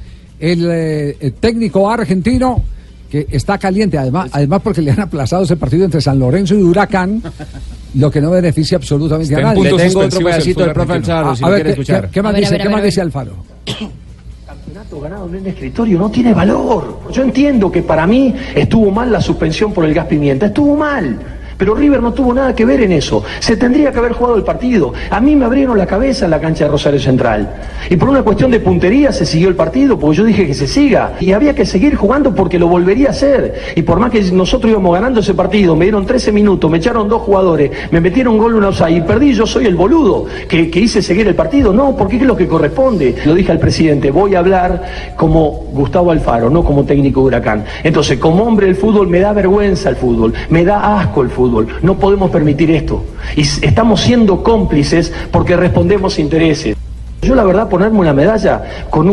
el técnico argentino, que está caliente, además porque le han aplazado ese partido entre San Lorenzo y Huracán, lo que no beneficia absolutamente a nadie. Le tengo otro pedacito del profe Alfaro, si lo quiere escuchar. ¿Qué más dice? ¿Qué más dice Alfaro? Campeonato ganado en el escritorio no tiene valor. Yo entiendo que para mí estuvo mal la suspensión por el gas pimienta, estuvo mal. Pero River no tuvo nada que ver en eso. Se tendría que haber jugado el partido. A mí me abrieron la cabeza en la cancha de Rosario Central. Y por una cuestión de puntería se siguió el partido, porque yo dije que se siga. Y había que seguir jugando porque lo volvería a hacer. Y por más que nosotros íbamos ganando ese partido, me dieron 13 minutos, me echaron 2 jugadores, me metieron un gol, un offside, y perdí. Yo soy el boludo que hice seguir el partido. No, porque es lo que corresponde. Lo dije al presidente, voy a hablar como Gustavo Alfaro, no como técnico de Huracán. Entonces, como hombre del fútbol, me da vergüenza el fútbol, me da asco el fútbol. No podemos permitir esto. Y estamos siendo cómplices porque respondemos intereses. Yo la verdad ponerme una medalla con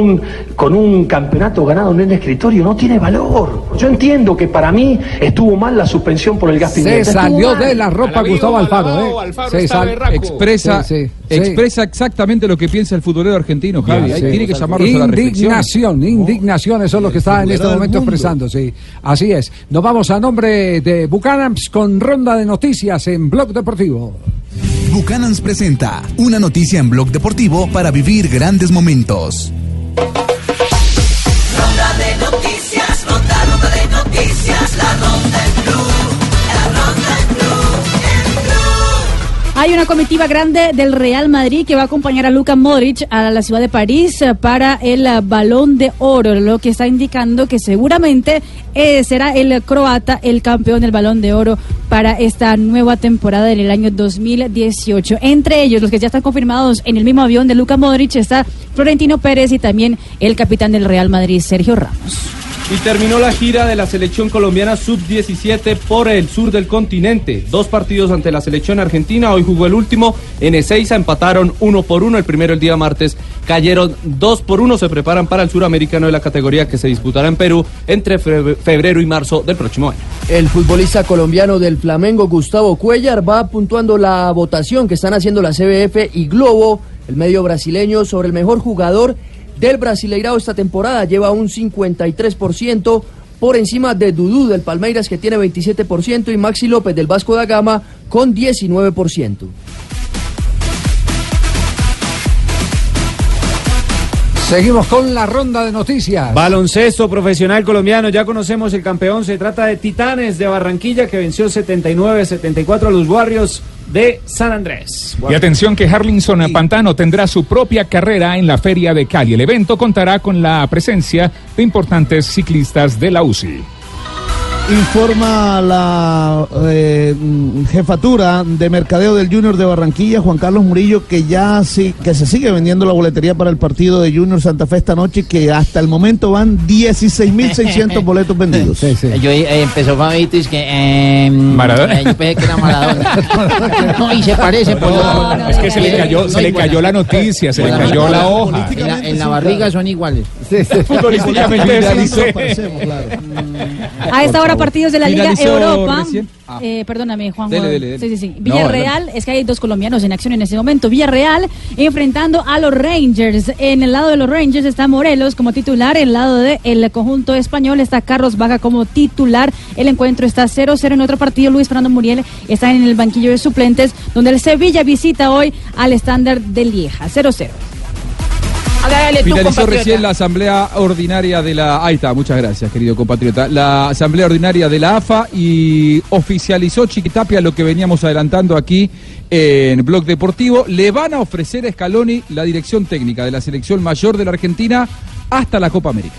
un campeonato ganado en el escritorio no tiene valor. Yo entiendo que para mí estuvo mal la suspensión por el gas pimienta. Se salió de la ropa Gustavo Alfaro. Expresa exactamente lo que piensa el futbolero argentino, Javi. Tiene que llamarlos a la reflexión. Indignación, eso es lo que está en este momento expresando. Sí, así es. Nos vamos a nombre de Bucanams con ronda de noticias en Blog Deportivo. Bucanans presenta una noticia en Blog Deportivo para vivir grandes momentos. Ronda de noticias, ronda de noticias, la ronda en Blue, la ronda en Blue. Hay una comitiva grande del Real Madrid que va a acompañar a Luka Modric a la ciudad de París para el Balón de Oro, lo que está indicando que seguramente será el croata el campeón del Balón de Oro para esta nueva temporada del año 2018. Entre ellos, los que ya están confirmados en el mismo avión de Luka Modric, está Florentino Pérez y también el capitán del Real Madrid, Sergio Ramos. Y terminó la gira de la selección colombiana sub-17 por el sur del continente. 2 partidos ante la selección argentina, hoy jugó el último en Ezeiza, empataron 1-1, el primero el día martes cayeron 2-1, se preparan para el suramericano de la categoría que se disputará en Perú entre febrero y marzo del próximo año. El futbolista colombiano del Flamengo, Gustavo Cuéllar, va puntuando la votación que están haciendo la CBF y Globo, el medio brasileño, sobre el mejor jugador del Brasileirao esta temporada. Lleva un 53% por encima de Dudú del Palmeiras, que tiene 27%, y Maxi López del Vasco da Gama con 19%. Seguimos con la ronda de noticias. Baloncesto profesional colombiano, ya conocemos el campeón, se trata de Titanes de Barranquilla, que venció 79-74 a los Warriors de San Andrés. Y atención que Harlinson Pantano tendrá su propia carrera en la Feria de Cali. El evento contará con la presencia de importantes ciclistas de la UCI. Informa la jefatura de mercadeo del Junior de Barranquilla, Juan Carlos Murillo, que ya que se sigue vendiendo la boletería para el partido de Junior Santa Fe esta noche, que hasta el momento van 16.600 boletos vendidos. Yo empezó Fabito, es que Maradona. Yo pensé que era Maradona. No, y se parece. Es que se le cayó la noticia, se le cayó la hoja. En la barriga son iguales. Futbolísticamente A esta hora partidos de la Liga Finalizó Europa. recién. Perdóname, Juan. Dele. Sí. Villarreal, es que hay 2 colombianos en acción en este momento. Villarreal enfrentando a los Rangers. En el lado de los Rangers está Morelos como titular. En el lado del conjunto español está Carlos Vaca como titular. El encuentro está 0-0 en otro partido. Luis Fernando Muriel está en el banquillo de suplentes, donde el Sevilla visita hoy al Standard de Lieja. 0-0. Finalizó recién la asamblea ordinaria de la... Ahí está, muchas gracias, querido compatriota. La asamblea ordinaria de la AFA, y oficializó Chiquitapia lo que veníamos adelantando aquí en Blog Deportivo. Le van a ofrecer a Scaloni la dirección técnica de la selección mayor de la Argentina hasta la Copa América.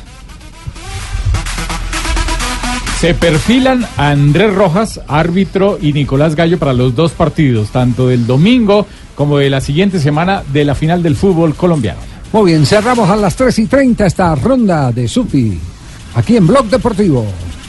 Se perfilan a Andrés Rojas, árbitro, y Nicolás Gallo para los 2 partidos, tanto del domingo como de la siguiente semana de la final del fútbol colombiano. Muy bien, cerramos a las 3:30 esta ronda de Sufi, aquí en Blog Deportivo.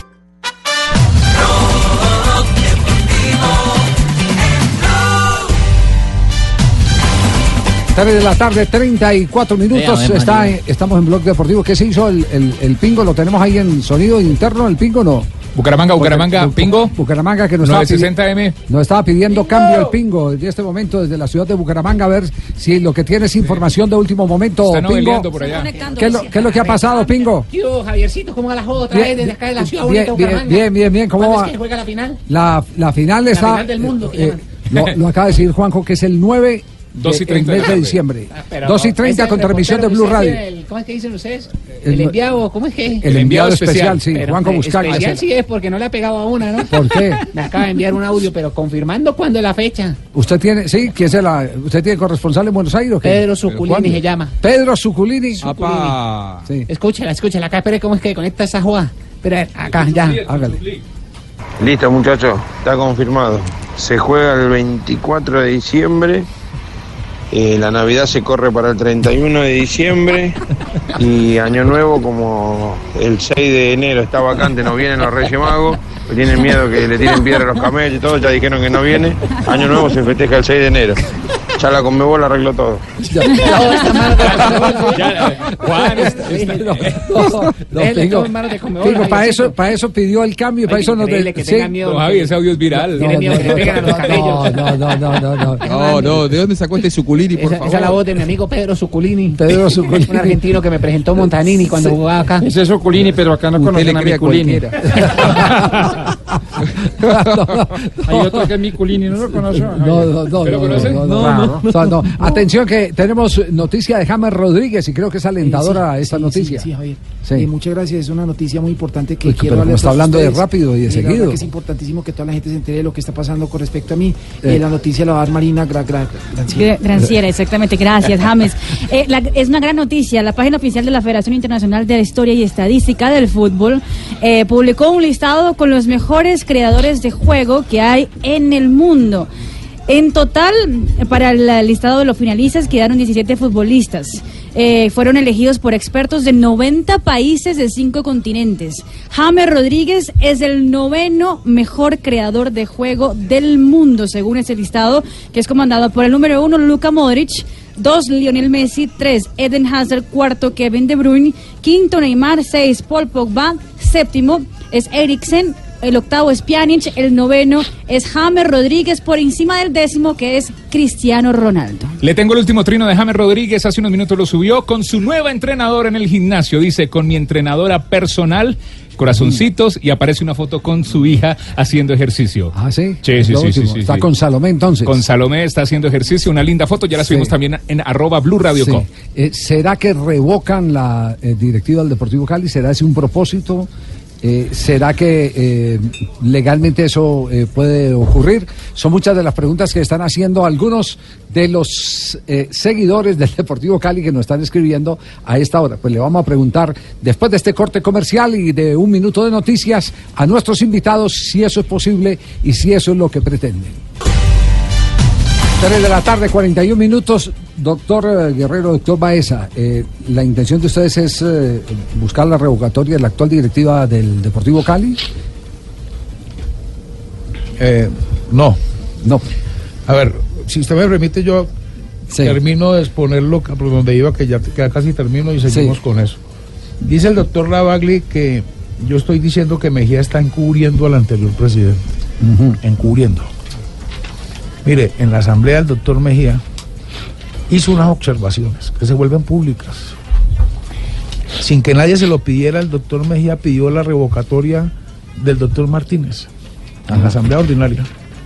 3 de la tarde, 34 minutos. Estamos en Blog Deportivo. ¿Qué se hizo el Pingo? ¿Lo tenemos ahí en sonido interno, el Pingo? No. Bucaramanga, Pingo. Bucaramanga, que nos estaba pidiendo cambio el Pingo en este momento desde la ciudad de Bucaramanga, a ver si lo que tiene es información de último momento. Están Pingo, por allá. ¿Qué es lo que ha pasado, Pingo? Yo, Javiercito, ¿cómo va la joda otra vez desde acá de la ciudad bonita de Bucaramanga? Bien. ¿Cómo va? ¿Cuándo es que juega la final? La final está... La final del mundo, lo acaba de decir Juanjo, que es el 9... 2:30 mes de diciembre. 2:30 con transmisión de Blue Radio. ¿Cómo es que dicen ustedes? El enviado, ¿cómo es que? El enviado especial, sí. Juanjo Buscalia. Especial sí es porque no le ha pegado a una, ¿no? ¿Por qué? Me acaba de enviar un audio, pero confirmando cuándo es la fecha. ¿Usted tiene, sí? ¿Quién es usted tiene corresponsal en Buenos Aires o qué? Pedro Suculini se llama. Pedro Suculini. Sí. Escúchala, acá, espere cómo es que conecta esa jugada. Espera, acá, ya. Hágale. Listo, muchachos, está confirmado. Se juega el 24 de diciembre. La Navidad se corre para el 31 de diciembre y Año Nuevo, como el 6 de enero está vacante, no vienen los Reyes Magos, tienen miedo que le tiren piedra a los camellos y todo, ya dijeron que no viene. Año Nuevo se festeja el 6 de enero. Ya la Conmebol arregló todo. Para eso pidió el cambio, para eso nos Javi, ese audio es viral. No, ¿de dónde sacó este Suculini, por favor? Esa es la voz de mi amigo Pedro Suculini. Pedro Suculini. Un argentino que me presentó Montanini cuando jugaba acá. Ese es Suculini, pero acá no conocen a Miculini. Hay otro que es Miculini, ¿no lo conoce? No. Atención que tenemos noticia de James Rodríguez y creo que es alentadora esta noticia. Sí, Javier. Muchas gracias, es una noticia muy importante que quiero darle. Está hablando de rápido y de seguido. Que es importantísimo que toda la gente se entere de lo que está pasando con respecto a mí. La noticia la va a dar Marina Granciera, exactamente. Gracias, James. Es una gran noticia. La página oficial de la Federación Internacional de Historia y Estadística del Fútbol publicó un listado con los mejores creadores de juego que hay en el mundo. En total, para el listado de los finalistas quedaron 17 futbolistas. fueron elegidos por expertos de 90 países de 5 continentes. James Rodríguez es el 9º mejor creador de juego del mundo, según ese listado, que es comandado por el número 1, Luka Modric, 2, Lionel Messi, 3, Eden Hazard, 4, Kevin De Bruyne, 5, Neymar, 6, Paul Pogba, 7 es Eriksen, el 8 es Pjanic, el 9 es James Rodríguez, por encima del 10, que es Cristiano Ronaldo. Le tengo el último trino de James Rodríguez, hace unos minutos lo subió con su nueva entrenadora en el gimnasio. Dice, con mi entrenadora personal, corazoncitos, y aparece una foto con su hija haciendo ejercicio. Ah, ¿sí? Sí. Está con Salomé, entonces. Con Salomé está haciendo ejercicio, una linda foto, ya la subimos también en @BluRadio.com. ¿Será que revocan la directiva del Deportivo Cali? ¿Será ese un propósito? ¿Será que legalmente eso puede ocurrir? Son muchas de las preguntas que están haciendo algunos de los seguidores del Deportivo Cali que nos están escribiendo a esta hora. Pues le vamos a preguntar, después de este corte comercial y de un minuto de noticias, a nuestros invitados si eso es posible y si eso es lo que pretenden. 3 de la tarde, 41 minutos. Doctor Guerrero, doctor Baeza, ¿la intención de ustedes es buscar la revocatoria de la actual directiva del Deportivo Cali? No. A ver, si usted me permite, yo termino de exponerlo por donde iba, que ya casi termino y seguimos con eso. Dice el doctor Lavagli que yo estoy diciendo que Mejía está encubriendo al anterior presidente. Encubriendo. Mire, en la asamblea el doctor Mejía hizo unas observaciones que se vuelven públicas. Sin que nadie se lo pidiera, el doctor Mejía pidió la revocatoria del doctor Martínez en la asamblea ordinaria.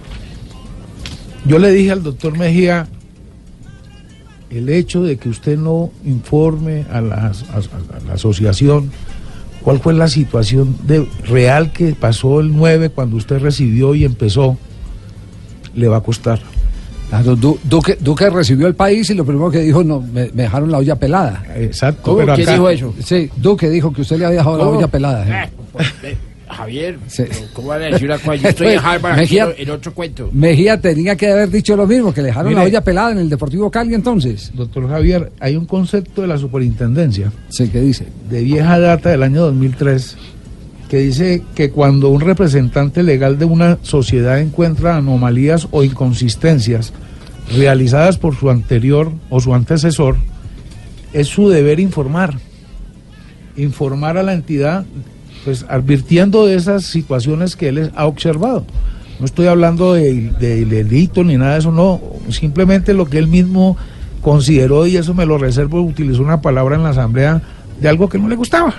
Yo le dije al doctor Mejía, el hecho de que usted no informe a la asociación cuál fue la situación real que pasó el 9 cuando usted recibió y empezó, le va a costar. Claro, Duque recibió el país y lo primero que dijo, no, me dejaron la olla pelada. Exacto. Pero ¿quién dijo eso? Sí, Duque dijo que usted le había dejado la olla pelada. Javier, ¿cómo van a decir una cosa? Yo estoy en Harvard en otro cuento. Mejía tenía que haber dicho lo mismo, que le dejaron la olla pelada en el Deportivo Cali entonces. Doctor Javier, hay un concepto de la superintendencia. Sí, ¿qué dice? De vieja data del año 2003, que dice que cuando un representante legal de una sociedad encuentra anomalías o inconsistencias realizadas por su anterior o su antecesor, es su deber informar a la entidad, pues advirtiendo de esas situaciones que él ha observado. No estoy hablando de delito ni nada de eso, no, simplemente lo que él mismo consideró, y eso me lo reservo, utilizó una palabra en la asamblea de algo que no le gustaba.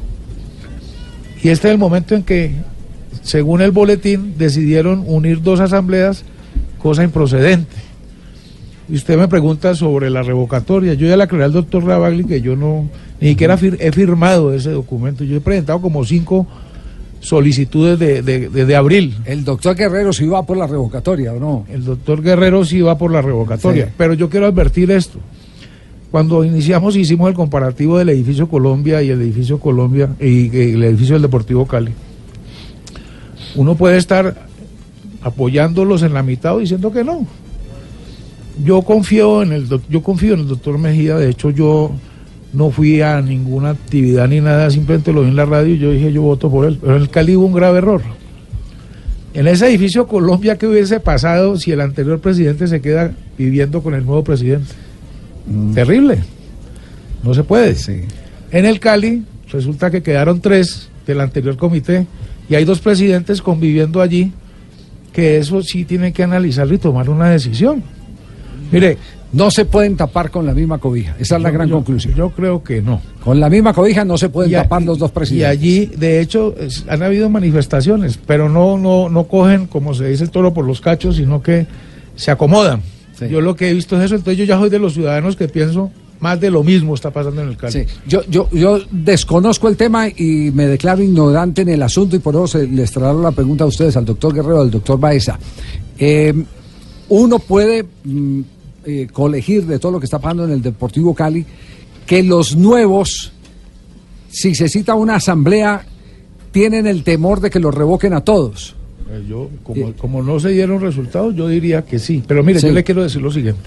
Y este es el momento en que, según el boletín, decidieron unir 2 asambleas, cosa improcedente. Y usted me pregunta sobre la revocatoria. Yo ya le aclaré al doctor Ravagli que yo no, ni siquiera he firmado ese documento. Yo he presentado como 5 solicitudes de abril. ¿El doctor Guerrero sí va por la revocatoria o no? El doctor Guerrero sí va por la revocatoria, pero yo quiero advertir esto. Cuando iniciamos hicimos el comparativo del edificio Colombia y el edificio Colombia y el edificio del Deportivo Cali. Uno puede estar apoyándolos en la mitad o diciendo que no. Yo confío en el doctor Mejía. De hecho, yo no fui a ninguna actividad ni nada, simplemente lo vi en la radio y yo dije, yo voto por él. Pero en el Cali hubo un grave error. En ese edificio Colombia, ¿qué hubiese pasado si el anterior presidente se queda viviendo con el nuevo presidente? Terrible. No se puede. En el Cali resulta que quedaron 3 del anterior comité y hay 2 presidentes conviviendo allí, que eso sí tienen que analizarlo y tomar una decisión. Mire, no se pueden tapar con la misma cobija. Esa es la gran conclusión. Yo creo que no. Con la misma cobija no se pueden tapar los 2 presidentes. Y allí, de hecho, han habido manifestaciones, pero no cogen, como se dice, el toro por los cachos, sino que se acomodan. Sí. Yo lo que he visto es eso, entonces yo ya soy de los ciudadanos que pienso más de lo mismo está pasando en el Cali. Sí. Yo desconozco el tema y me declaro ignorante en el asunto y por eso les traslado la pregunta a ustedes, al doctor Guerrero, al doctor Baeza. Uno puede colegir de todo lo que está pasando en el Deportivo Cali que los nuevos, si se cita una asamblea, tienen el temor de que los revoquen a todos. Yo, como no se dieron resultados, yo diría que sí. Pero mire, yo le quiero decir lo siguiente.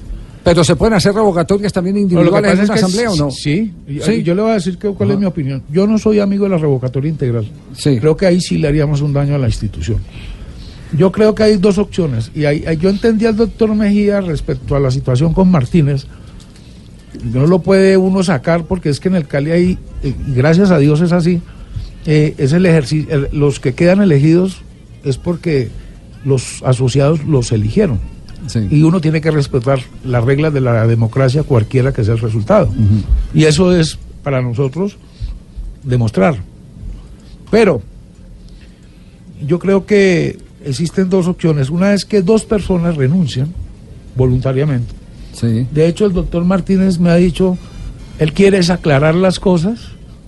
Pero se pueden hacer revocatorias también individuales en una asamblea, ¿o no? Sí, yo le voy a decir cuál es mi opinión. Yo no soy amigo de la revocatoria integral. Creo que ahí sí le haríamos un daño a la institución. Yo creo que hay dos opciones. Y yo entendí al doctor Mejía respecto a la situación con Martínez. No lo puede uno sacar porque es que en el Cali hay, gracias a Dios es así, es el ejercicio, los que quedan elegidos es porque los asociados los eligieron. Y uno tiene que respetar las reglas de la democracia, cualquiera que sea el resultado. Y eso es para nosotros demostrar. Pero yo creo que existen dos opciones. Una es que dos personas renuncian voluntariamente. De hecho, el doctor Martínez me ha dicho, él quiere aclarar las cosas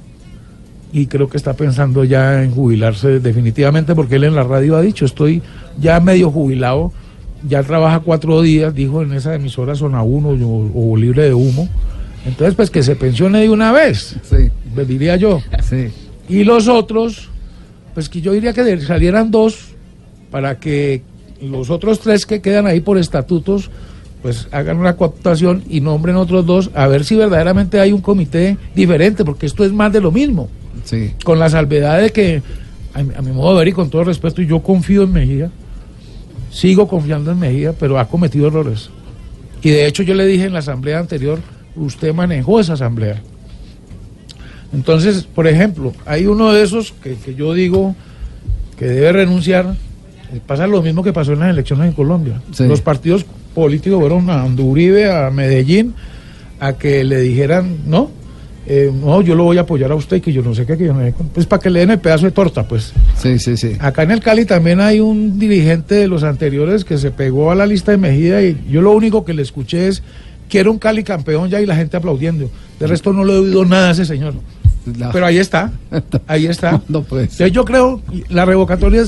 y creo que está pensando ya en jubilarse definitivamente, porque él en la radio ha dicho, estoy ya medio jubilado, ya trabaja 4 días, dijo en esa emisora Zona 1 o Libre de Humo. Entonces, pues que se pensione de una vez, pues, diría yo. Y los otros, pues que yo diría que salieran 2 para que los otros 3 que quedan ahí por estatutos pues hagan una cooptación y nombren otros 2, a ver si verdaderamente hay un comité diferente, porque esto es más de lo mismo. Con la salvedad de que, a mi modo de ver y con todo respeto, yo confío en Mejía, sigo confiando en Mejía, pero ha cometido errores. Y de hecho yo le dije en la asamblea anterior, usted manejó esa asamblea. Entonces, por ejemplo, hay uno de esos que yo digo que debe renunciar. Pasa lo mismo que pasó en las elecciones en Colombia. Los partidos políticos fueron a Uribe, a Medellín, a que le dijeran, no, yo lo voy a apoyar a usted, que yo no sé qué, que yo no sé, pues para que le den el pedazo de torta, pues. Acá en el Cali también hay un dirigente de los anteriores que se pegó a la lista de Mejía y yo lo único que le escuché es, quiero un Cali campeón ya, y la gente aplaudiendo. De resto no le he oído nada a ese señor. Pero ahí está, ahí está. Entonces yo creo, la revocatoria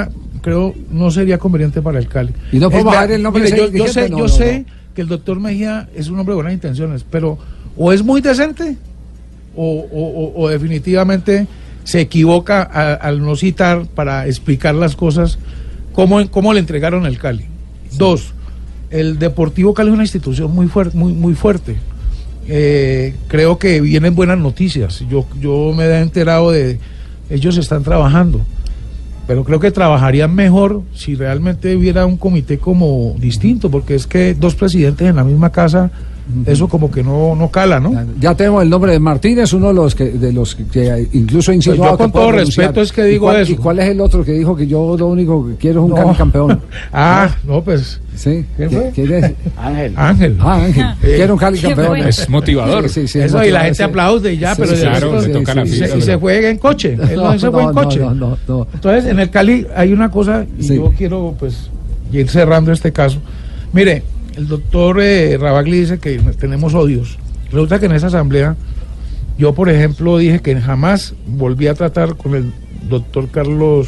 no sería conveniente para el Cali. Y no puedo bajar el nombre. Yo sé que el doctor Mejía es un hombre de buenas intenciones, pero o es muy decente o definitivamente se equivoca al no citar para explicar las cosas cómo le entregaron el Cali. 2, el Deportivo Cali es una institución muy fuerte. Creo que vienen buenas noticias. Yo me he enterado de ellos están trabajando, pero creo que trabajarían mejor si realmente hubiera un comité como distinto, porque es que 2 presidentes en la misma casa, eso como que no cala, ¿no? Ya tenemos el nombre de Martínez, uno de los que incluso insinuado. Yo con todo respeto es que digo eso. ¿Y cuál es el otro que dijo que yo lo único que quiero es un Cali campeón? No, pues. Sí. ¿Quién es? Ángel. Ángel. Quiero un Cali campeón. Es motivador. Eso, y la gente aplaude y ya, pero claro, le toca la fila. Y se juega en coche. Él no se juega en coche. No. Entonces, en el Cali hay una cosa, y yo quiero pues ir cerrando este caso. Mire, el doctor Rabagli dice que tenemos odios. Resulta que en esa asamblea, yo por ejemplo dije que jamás volví a tratar con el doctor Carlos,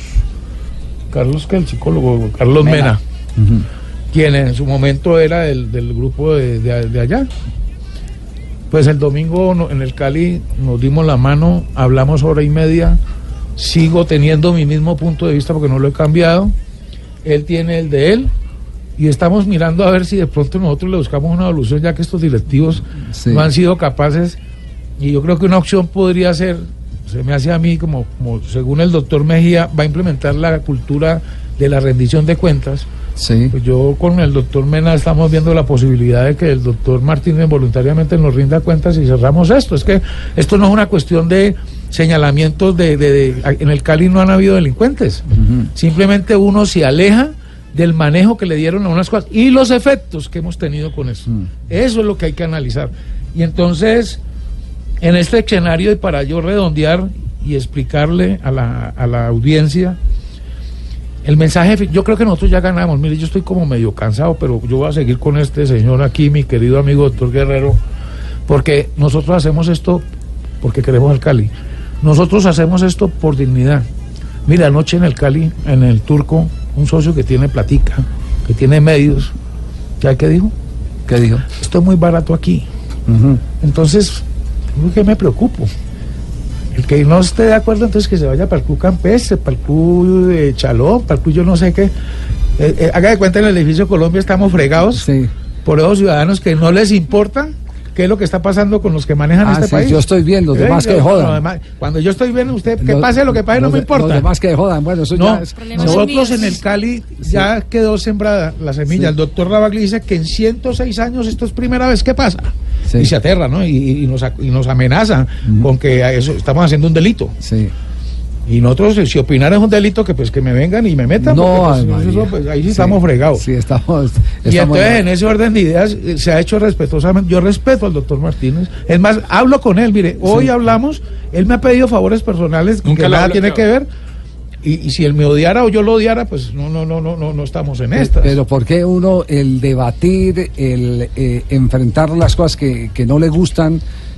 que el psicólogo, Carlos Mena, quien en su momento era del grupo de allá. Pues el domingo en el Cali nos dimos la mano, hablamos 1:30, sigo teniendo mi mismo punto de vista porque no lo he cambiado, él tiene el de él, y estamos mirando a ver si de pronto nosotros le buscamos una solución, ya que estos directivos no han sido capaces, y yo creo que una opción podría ser, se me hace a mí como según el doctor Mejía va a implementar la cultura de la rendición de cuentas. Pues yo con el doctor Mena estamos viendo la posibilidad de que el doctor Martínez voluntariamente nos rinda cuentas y cerramos esto. Es que esto no es una cuestión de señalamientos en el Cali no han habido delincuentes, simplemente uno se aleja del manejo que le dieron a unas cosas y los efectos que hemos tenido con eso. Eso es lo que hay que analizar. Y entonces, en este escenario, y para yo redondear y explicarle a la audiencia, el mensaje, yo creo que nosotros ya ganamos. Mire, yo estoy como medio cansado, pero yo voy a seguir con este señor aquí, mi querido amigo doctor Guerrero, porque nosotros hacemos esto porque queremos al Cali. Nosotros hacemos esto por dignidad. Mira, anoche en el Cali, en el Turco, un socio que tiene platica, que tiene medios, ¿ya qué dijo? ¿Qué dijo? Esto es muy barato aquí. Entonces, ¿qué me preocupo? El que no esté de acuerdo, entonces que se vaya para el club campestre, para el club de Chalón, para el club yo no sé qué. Haga de cuenta, en el edificio Colombia estamos fregados. por esos ciudadanos que no les importa qué es lo que está pasando con los que manejan este país. Yo estoy viendo, los demás que jodan. Cuando yo estoy viendo, usted, que pase lo que pase, no me importa. Los demás que jodan, bueno, eso ya es... Nosotros en el Cali ya quedó sembrada la semilla. El doctor Ravaglia dice que en 106 años esto es primera vez que pasa. Y se aterra, ¿no? Y nos amenaza con que eso, estamos haciendo un delito. Sí. Y nosotros, si opinar es un delito, que pues que me vengan y me metan, porque, pues, ahí sí estamos fregados. Sí, estamos y entonces en ese orden de ideas se ha hecho respetuosamente. Yo respeto al doctor Martínez. Es más, hablo con él, mire, hoy hablamos, él me ha pedido favores personales que nada tiene que ver. Y si él me odiara o yo lo odiara, pues no estamos en estas. Pero ¿por qué uno, el debatir, el enfrentar las cosas que no le gustan,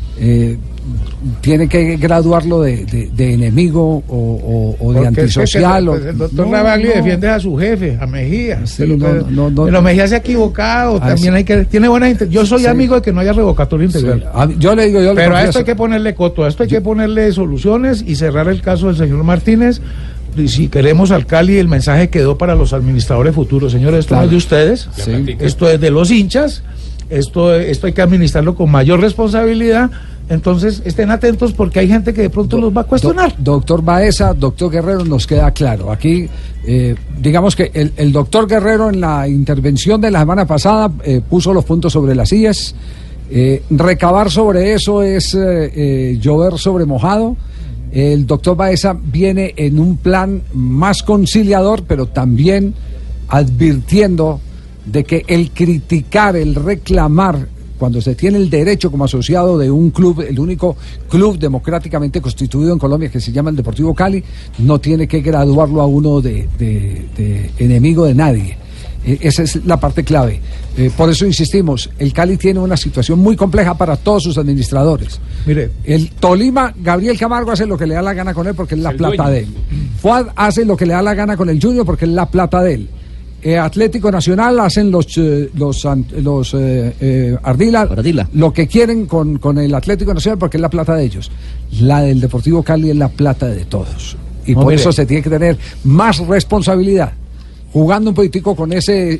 tiene que graduarlo de enemigo o de antisocial? El doctor Ravaglia defiende a su jefe, a Mejía. Sí, pero Mejía se ha equivocado, también tiene buena yo soy amigo de que no haya revocatoria integral. Sí. Yo le digo, pero a esto hay que ponerle coto, a esto hay que ponerle soluciones y cerrar el caso del señor Martínez. Y si queremos al Cali, el mensaje quedó para los administradores futuros. Señores, esto no es de ustedes, esto es de los hinchas, esto hay que administrarlo con mayor responsabilidad. Entonces estén atentos porque hay gente que de pronto los va a cuestionar. Doctor Baeza, doctor Guerrero, nos queda claro. Aquí, digamos que el doctor Guerrero en la intervención de la semana pasada puso los puntos sobre las sillas. Recabar sobre eso es llover sobre mojado. El doctor Baeza viene en un plan más conciliador, pero también advirtiendo de que el criticar, el reclamar, cuando se tiene el derecho como asociado de un club, el único club democráticamente constituido en Colombia que se llama el Deportivo Cali, no tiene que graduarlo a uno de enemigo de nadie. Esa es la parte clave. Por eso insistimos, el Cali tiene una situación muy compleja para todos sus administradores. Mire, el Tolima, Gabriel Camargo hace lo que le da la gana con él porque es la plata de él. Fuad hace lo que le da la gana con el Junior porque es la plata de él. Atlético Nacional hacen los Ardila lo que quieren con el Atlético Nacional porque es la plata de ellos. La del Deportivo Cali es la plata de todos. Y por eso se tiene que tener más responsabilidad. Jugando un poquitico con ese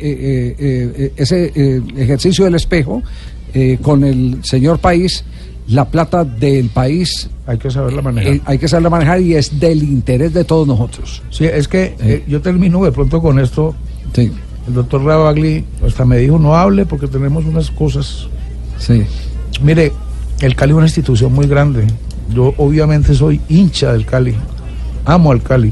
ejercicio del espejo, con el señor país, la plata del país hay que saberla manejar. Hay que saberla manejar y es del interés de todos nosotros. Sí, es que yo termino de pronto con esto. Sí. El doctor Ravaglia hasta me dijo no hable porque tenemos unas cosas. Sí. Mire, el Cali es una institución muy grande. Yo obviamente soy hincha del Cali. Amo al Cali.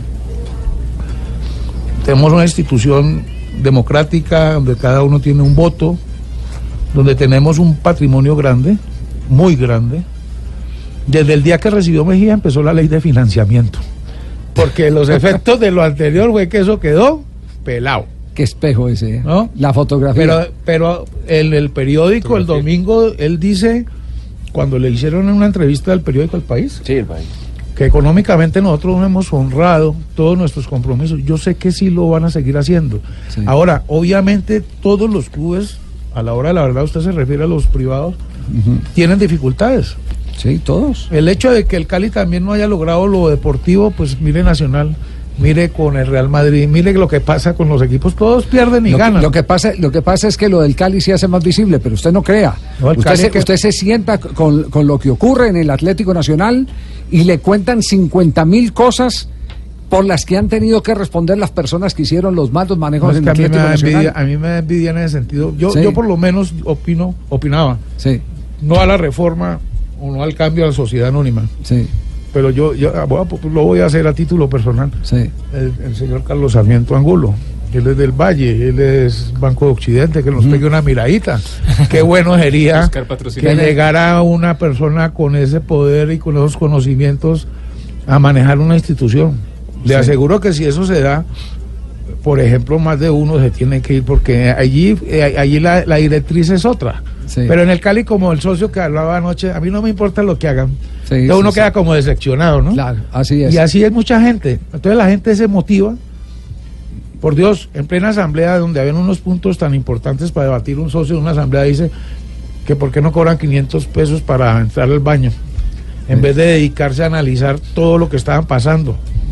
Tenemos una institución democrática donde cada uno tiene un voto, donde tenemos un patrimonio grande, muy grande. Desde el día que recibió Mejía empezó la ley de financiamiento, porque los efectos de lo anterior fue que eso quedó pelado. Qué espejo ese, ¿no? La fotografía. Pero el periódico, el domingo, él dice, cuando le hicieron una entrevista al periódico El País, sí, El País, que económicamente nosotros hemos honrado todos nuestros compromisos. Yo sé que sí lo van a seguir haciendo. Sí. Ahora, obviamente, todos los clubes, a la hora de la verdad, usted se refiere a los privados, tienen dificultades. Sí, todos. El hecho de que el Cali también no haya logrado lo deportivo, pues mire Nacional, mire con el Real Madrid, mire lo que pasa con los equipos, todos pierden y ganan. Lo que pasa es que lo del Cali se hace más visible, pero usted no crea. No, usted se sienta con lo que ocurre en el Atlético Nacional y le cuentan 50.000 cosas por las que han tenido que responder las personas que hicieron los malos manejos en el Atlético Nacional. A mí me da envidia en ese sentido. Yo por lo menos opinaba. Sí. No a la reforma o no al cambio a la sociedad anónima. Sí. Pero yo lo voy a hacer a título personal. Sí. El señor Carlos Sarmiento Angulo, él es del Valle, él es Banco de Occidente, que nos pegue una miradita. Qué bueno sería que llegara una persona con ese poder y con esos conocimientos a manejar una institución. Le aseguro que si eso se da, por ejemplo, más de uno se tiene que ir, porque allí la directriz es otra. Sí. Pero en el Cali, como el socio que hablaba anoche, a mí no me importa lo que hagan. Sí, entonces uno queda como decepcionado, ¿no? Claro, así es. Y así es mucha gente. Entonces la gente se motiva. Por Dios, en plena asamblea donde habían unos puntos tan importantes para debatir, un socio de una asamblea dice que por qué no cobran 500 pesos para entrar al baño, en vez de dedicarse a analizar todo lo que estaban pasando.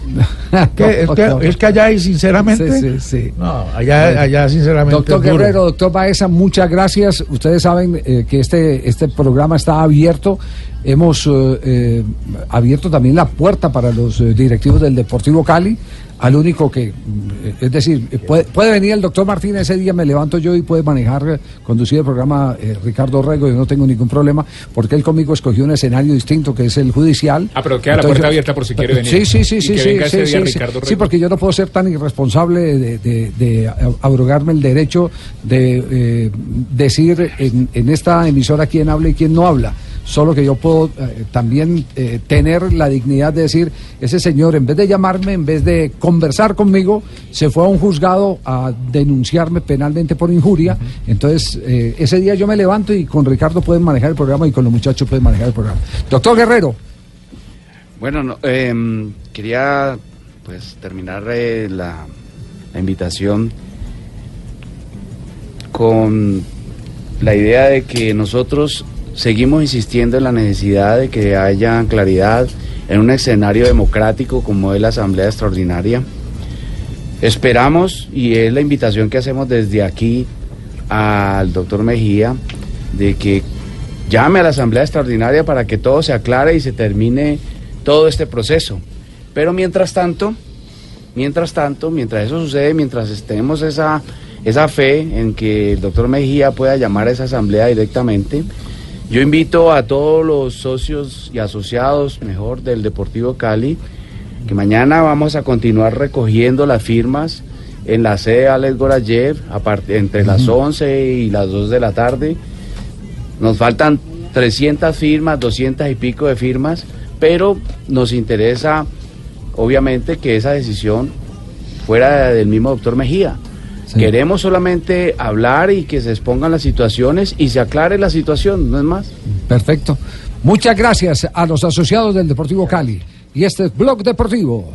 Es que allá hay sinceramente. Sí. No, allá sinceramente. Doctor Guerrero, doctor Baeza, muchas gracias. Ustedes saben que este programa está abierto. Hemos abierto también la puerta para los directivos del Deportivo Cali. Al único que, es decir, puede venir el doctor Martínez, ese día me levanto yo y puede manejar, conducir el programa Ricardo Rego, yo no tengo ningún problema, porque él conmigo escogió un escenario distinto que es el judicial. Pero queda la puerta abierta por si quiere venir. Sí, porque yo no puedo ser tan irresponsable de abrogarme el derecho de decir en esta emisora quién habla y quién no habla. Solo que yo puedo también tener la dignidad de decir, ese señor en vez de llamarme, en vez de conversar conmigo, se fue a un juzgado a denunciarme penalmente por injuria. Entonces, ese día yo me levanto y con Ricardo pueden manejar el programa y con los muchachos pueden manejar el programa. Doctor Guerrero. Bueno, quería pues terminar la invitación con la idea de que nosotros seguimos insistiendo en la necesidad de que haya claridad en un escenario democrático como es la Asamblea Extraordinaria. Esperamos, y es la invitación que hacemos desde aquí al doctor Mejía, de que llame a la Asamblea Extraordinaria para que todo se aclare y se termine todo este proceso. Pero mientras tanto, mientras eso sucede, mientras tenemos esa fe en que el doctor Mejía pueda llamar a esa asamblea directamente, yo invito a todos los socios y asociados, mejor, del Deportivo Cali, que mañana vamos a continuar recogiendo las firmas en la sede Alex Gorayev, entre las 11 y las 2 de la tarde. Nos faltan 300 firmas, 200 y pico de firmas, pero nos interesa, obviamente, que esa decisión fuera del mismo doctor Mejía. Sí. Queremos solamente hablar y que se expongan las situaciones y se aclare la situación, no es más. Perfecto. Muchas gracias a los asociados del Deportivo Cali. Y este es Blog Deportivo.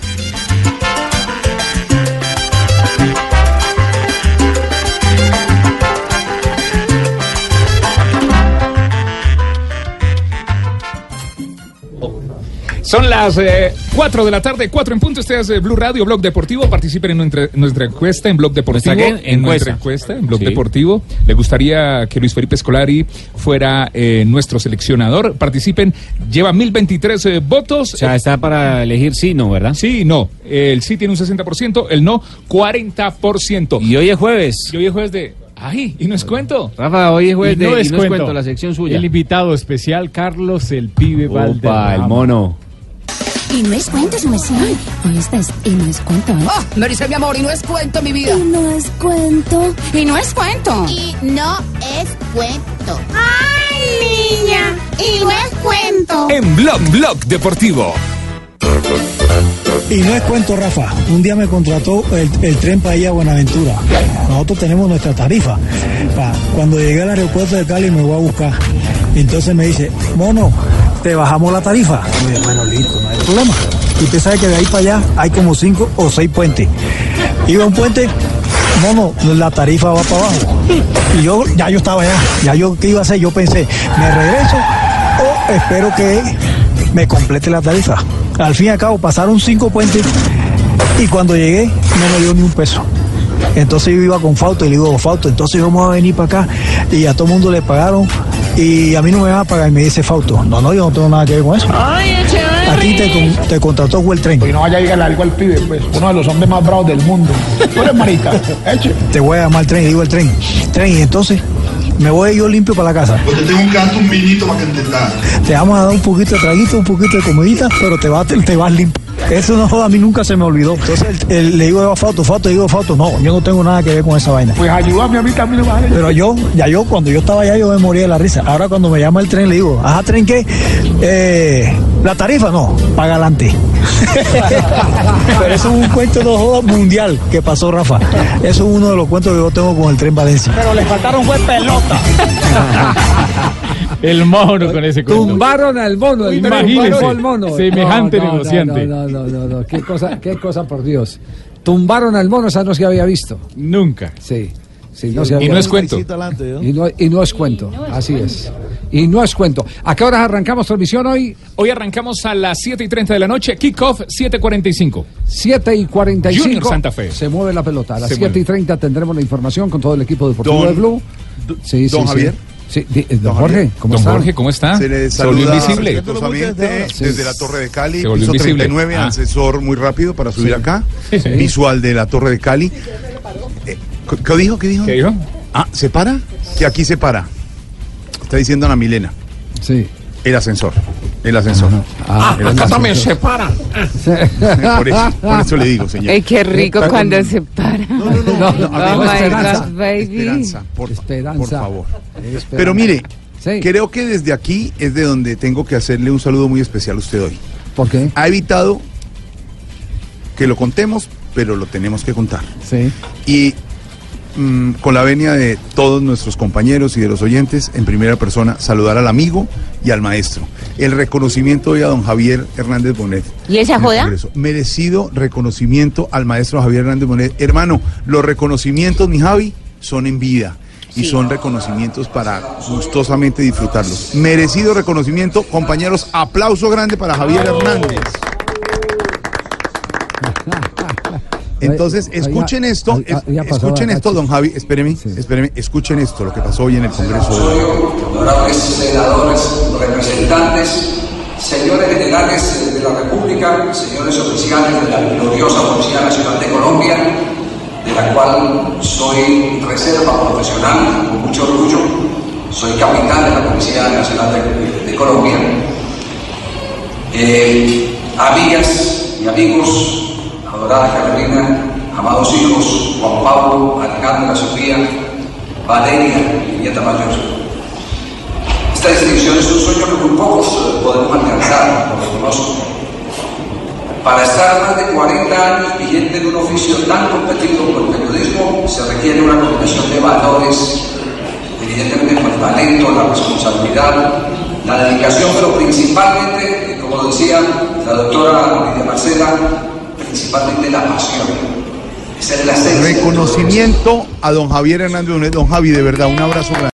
Son las 4 de la tarde, 4 en punto. Este es Blue Radio, Blog Deportivo. Participen en nuestra encuesta en Blog Deportivo. Nuestra encuesta en Blog Deportivo. ¿Le gustaría que Luis Felipe Scolari fuera nuestro seleccionador? Participen. Lleva 1023 votos. O sea, está para elegir sí, no, ¿verdad? Sí, no. El sí tiene un 60%, el no 40%. Y hoy es jueves. Y hoy es jueves de... ¡Ay! ¿Y no es cuento? Rafa, hoy es jueves de... No es cuento, la sección suya. El invitado especial, Carlos el Pibe Valderrama. El mono. Y no es cuento, su merced. Y no es cuento, ¿eh? ¡Ah! Me dice mi amor, y no es cuento, mi vida. Y no es cuento. Y no es cuento. Y no es cuento. ¡Ay, niña! Y no es cuento. En Blog Deportivo. Y no es cuento, Rafa. Un día me contrató el tren para ir a Buenaventura. Nosotros tenemos nuestra tarifa. Cuando llegué al aeropuerto de Cali me voy a buscar. Entonces me dice, mono, te bajamos la tarifa. Y yo, bueno, listo, no hay problema. Y usted sabe que de ahí para allá hay como 5 o 6 puentes. Iba a un puente, mono, la tarifa va para abajo. Y yo estaba allá. ¿Qué iba a hacer? Yo pensé, ¿me regreso o espero que me complete la tarifa? Al fin y al cabo pasaron 5 puentes y cuando llegué no me dio ni un peso. Entonces yo iba con Fausto y le digo, Fausto, entonces vamos a venir para acá. Y a todo el mundo le pagaron y a mí no me van a pagar. Y me dice Fausto, no, yo no tengo nada que ver con eso. Ay, aquí te contrató el tren. Y no vaya a llegar algo al pibe, pues, uno de los hombres más bravos del mundo. Tú eres marica, eche. Te voy a llamar el tren, y digo el tren, y entonces me voy yo limpio para la casa. Pues te tengo un gato, un vinito para que entendas. Te vamos a dar un poquito de traguito, un poquito de comidita, pero te vas limpio. Eso no, a mí nunca se me olvidó. Entonces le digo a Fausto, no, yo no tengo nada que ver con esa vaina. Pues ayúdame a mí también. Pero cuando yo estaba allá, yo me moría de la risa. Ahora cuando me llama el tren, le digo, ajá, ¿tren qué? La tarifa, no, paga adelante. Pero eso es un cuento de joda mundial que pasó, Rafa. Eso es uno de los cuentos que yo tengo con el tren Valencia. Pero le faltaron fue pelota. El mono con ese cuento. Tumbaron al mono. Imagínese, al mono. Semejante negociante. No. Qué cosa, por Dios. Tumbaron al mono, esa no se había visto. Nunca. Sí. Sí, y no es cuento. Y no es cuento, así es. Y no es cuento. ¿A qué horas arrancamos transmisión hoy? Hoy arrancamos a las 7:30 de la noche, kickoff 7:45. 7:45. Junior Santa Fe. Se mueve la pelota. A las 7:30 tendremos la información con todo el equipo deportivo de Blue. Don Javier. Sí, don Jorge, ¿cómo está? Don Jorge, ¿cómo está? Se le saluda respetuosamente desde la Torre de Cali, piso 39, ascensor muy rápido para subir acá, visual de la Torre de Cali. ¿Qué dijo? ¿Qué dijo? Ah, ¿se para? Que aquí se para. Está diciendo Ana Milena. Sí. El ascensor. Acá también se para. Por eso le digo, señor. Ay, qué rico cuando se para. No, Esperanza. Esperanza, por favor. Pero mire, creo que desde aquí es de donde tengo que hacerle un saludo muy especial a usted hoy. ¿Por qué? Ha evitado que lo contemos, pero lo tenemos que contar. Sí. Y con la venia de todos nuestros compañeros y de los oyentes, en primera persona, saludar al amigo y al maestro. El reconocimiento hoy a don Javier Hernández Bonet. ¿Y esa joda? Merecido reconocimiento al maestro Javier Hernández Bonet. Hermano, los reconocimientos, mi Javi, son en vida. Y son reconocimientos para gustosamente disfrutarlos. Merecido reconocimiento, compañeros, aplauso grande para Javier Hernández. Entonces, escuchen esto, don Javi, espéreme, escuchen esto, lo que pasó hoy en el Congreso. Honorables senadores, representantes, señores generales de la República, señores oficiales de la gloriosa Policía Nacional de Colombia, de la cual soy reserva profesional, con mucho orgullo, soy capitán de la Policía Nacional de Colombia. Amigas y amigos, adorada Carolina, amados hijos, Juan Pablo, Alejandra, Sofía, Valeria, mi nieta mayor. Esta distinción es un sueño que muy pocos podemos alcanzar, lo reconozco. Para estar más de 40 años vigente en un oficio tan competido como el periodismo, se requiere una combinación de valores, evidentemente con el talento, la responsabilidad, la dedicación, pero principalmente, como lo decía la doctora Lidia Marcela, principalmente la pasión. Esa es la esencia. Reconocimiento a don Javier Hernández Bonet. Don Javi, de verdad, un abrazo grande.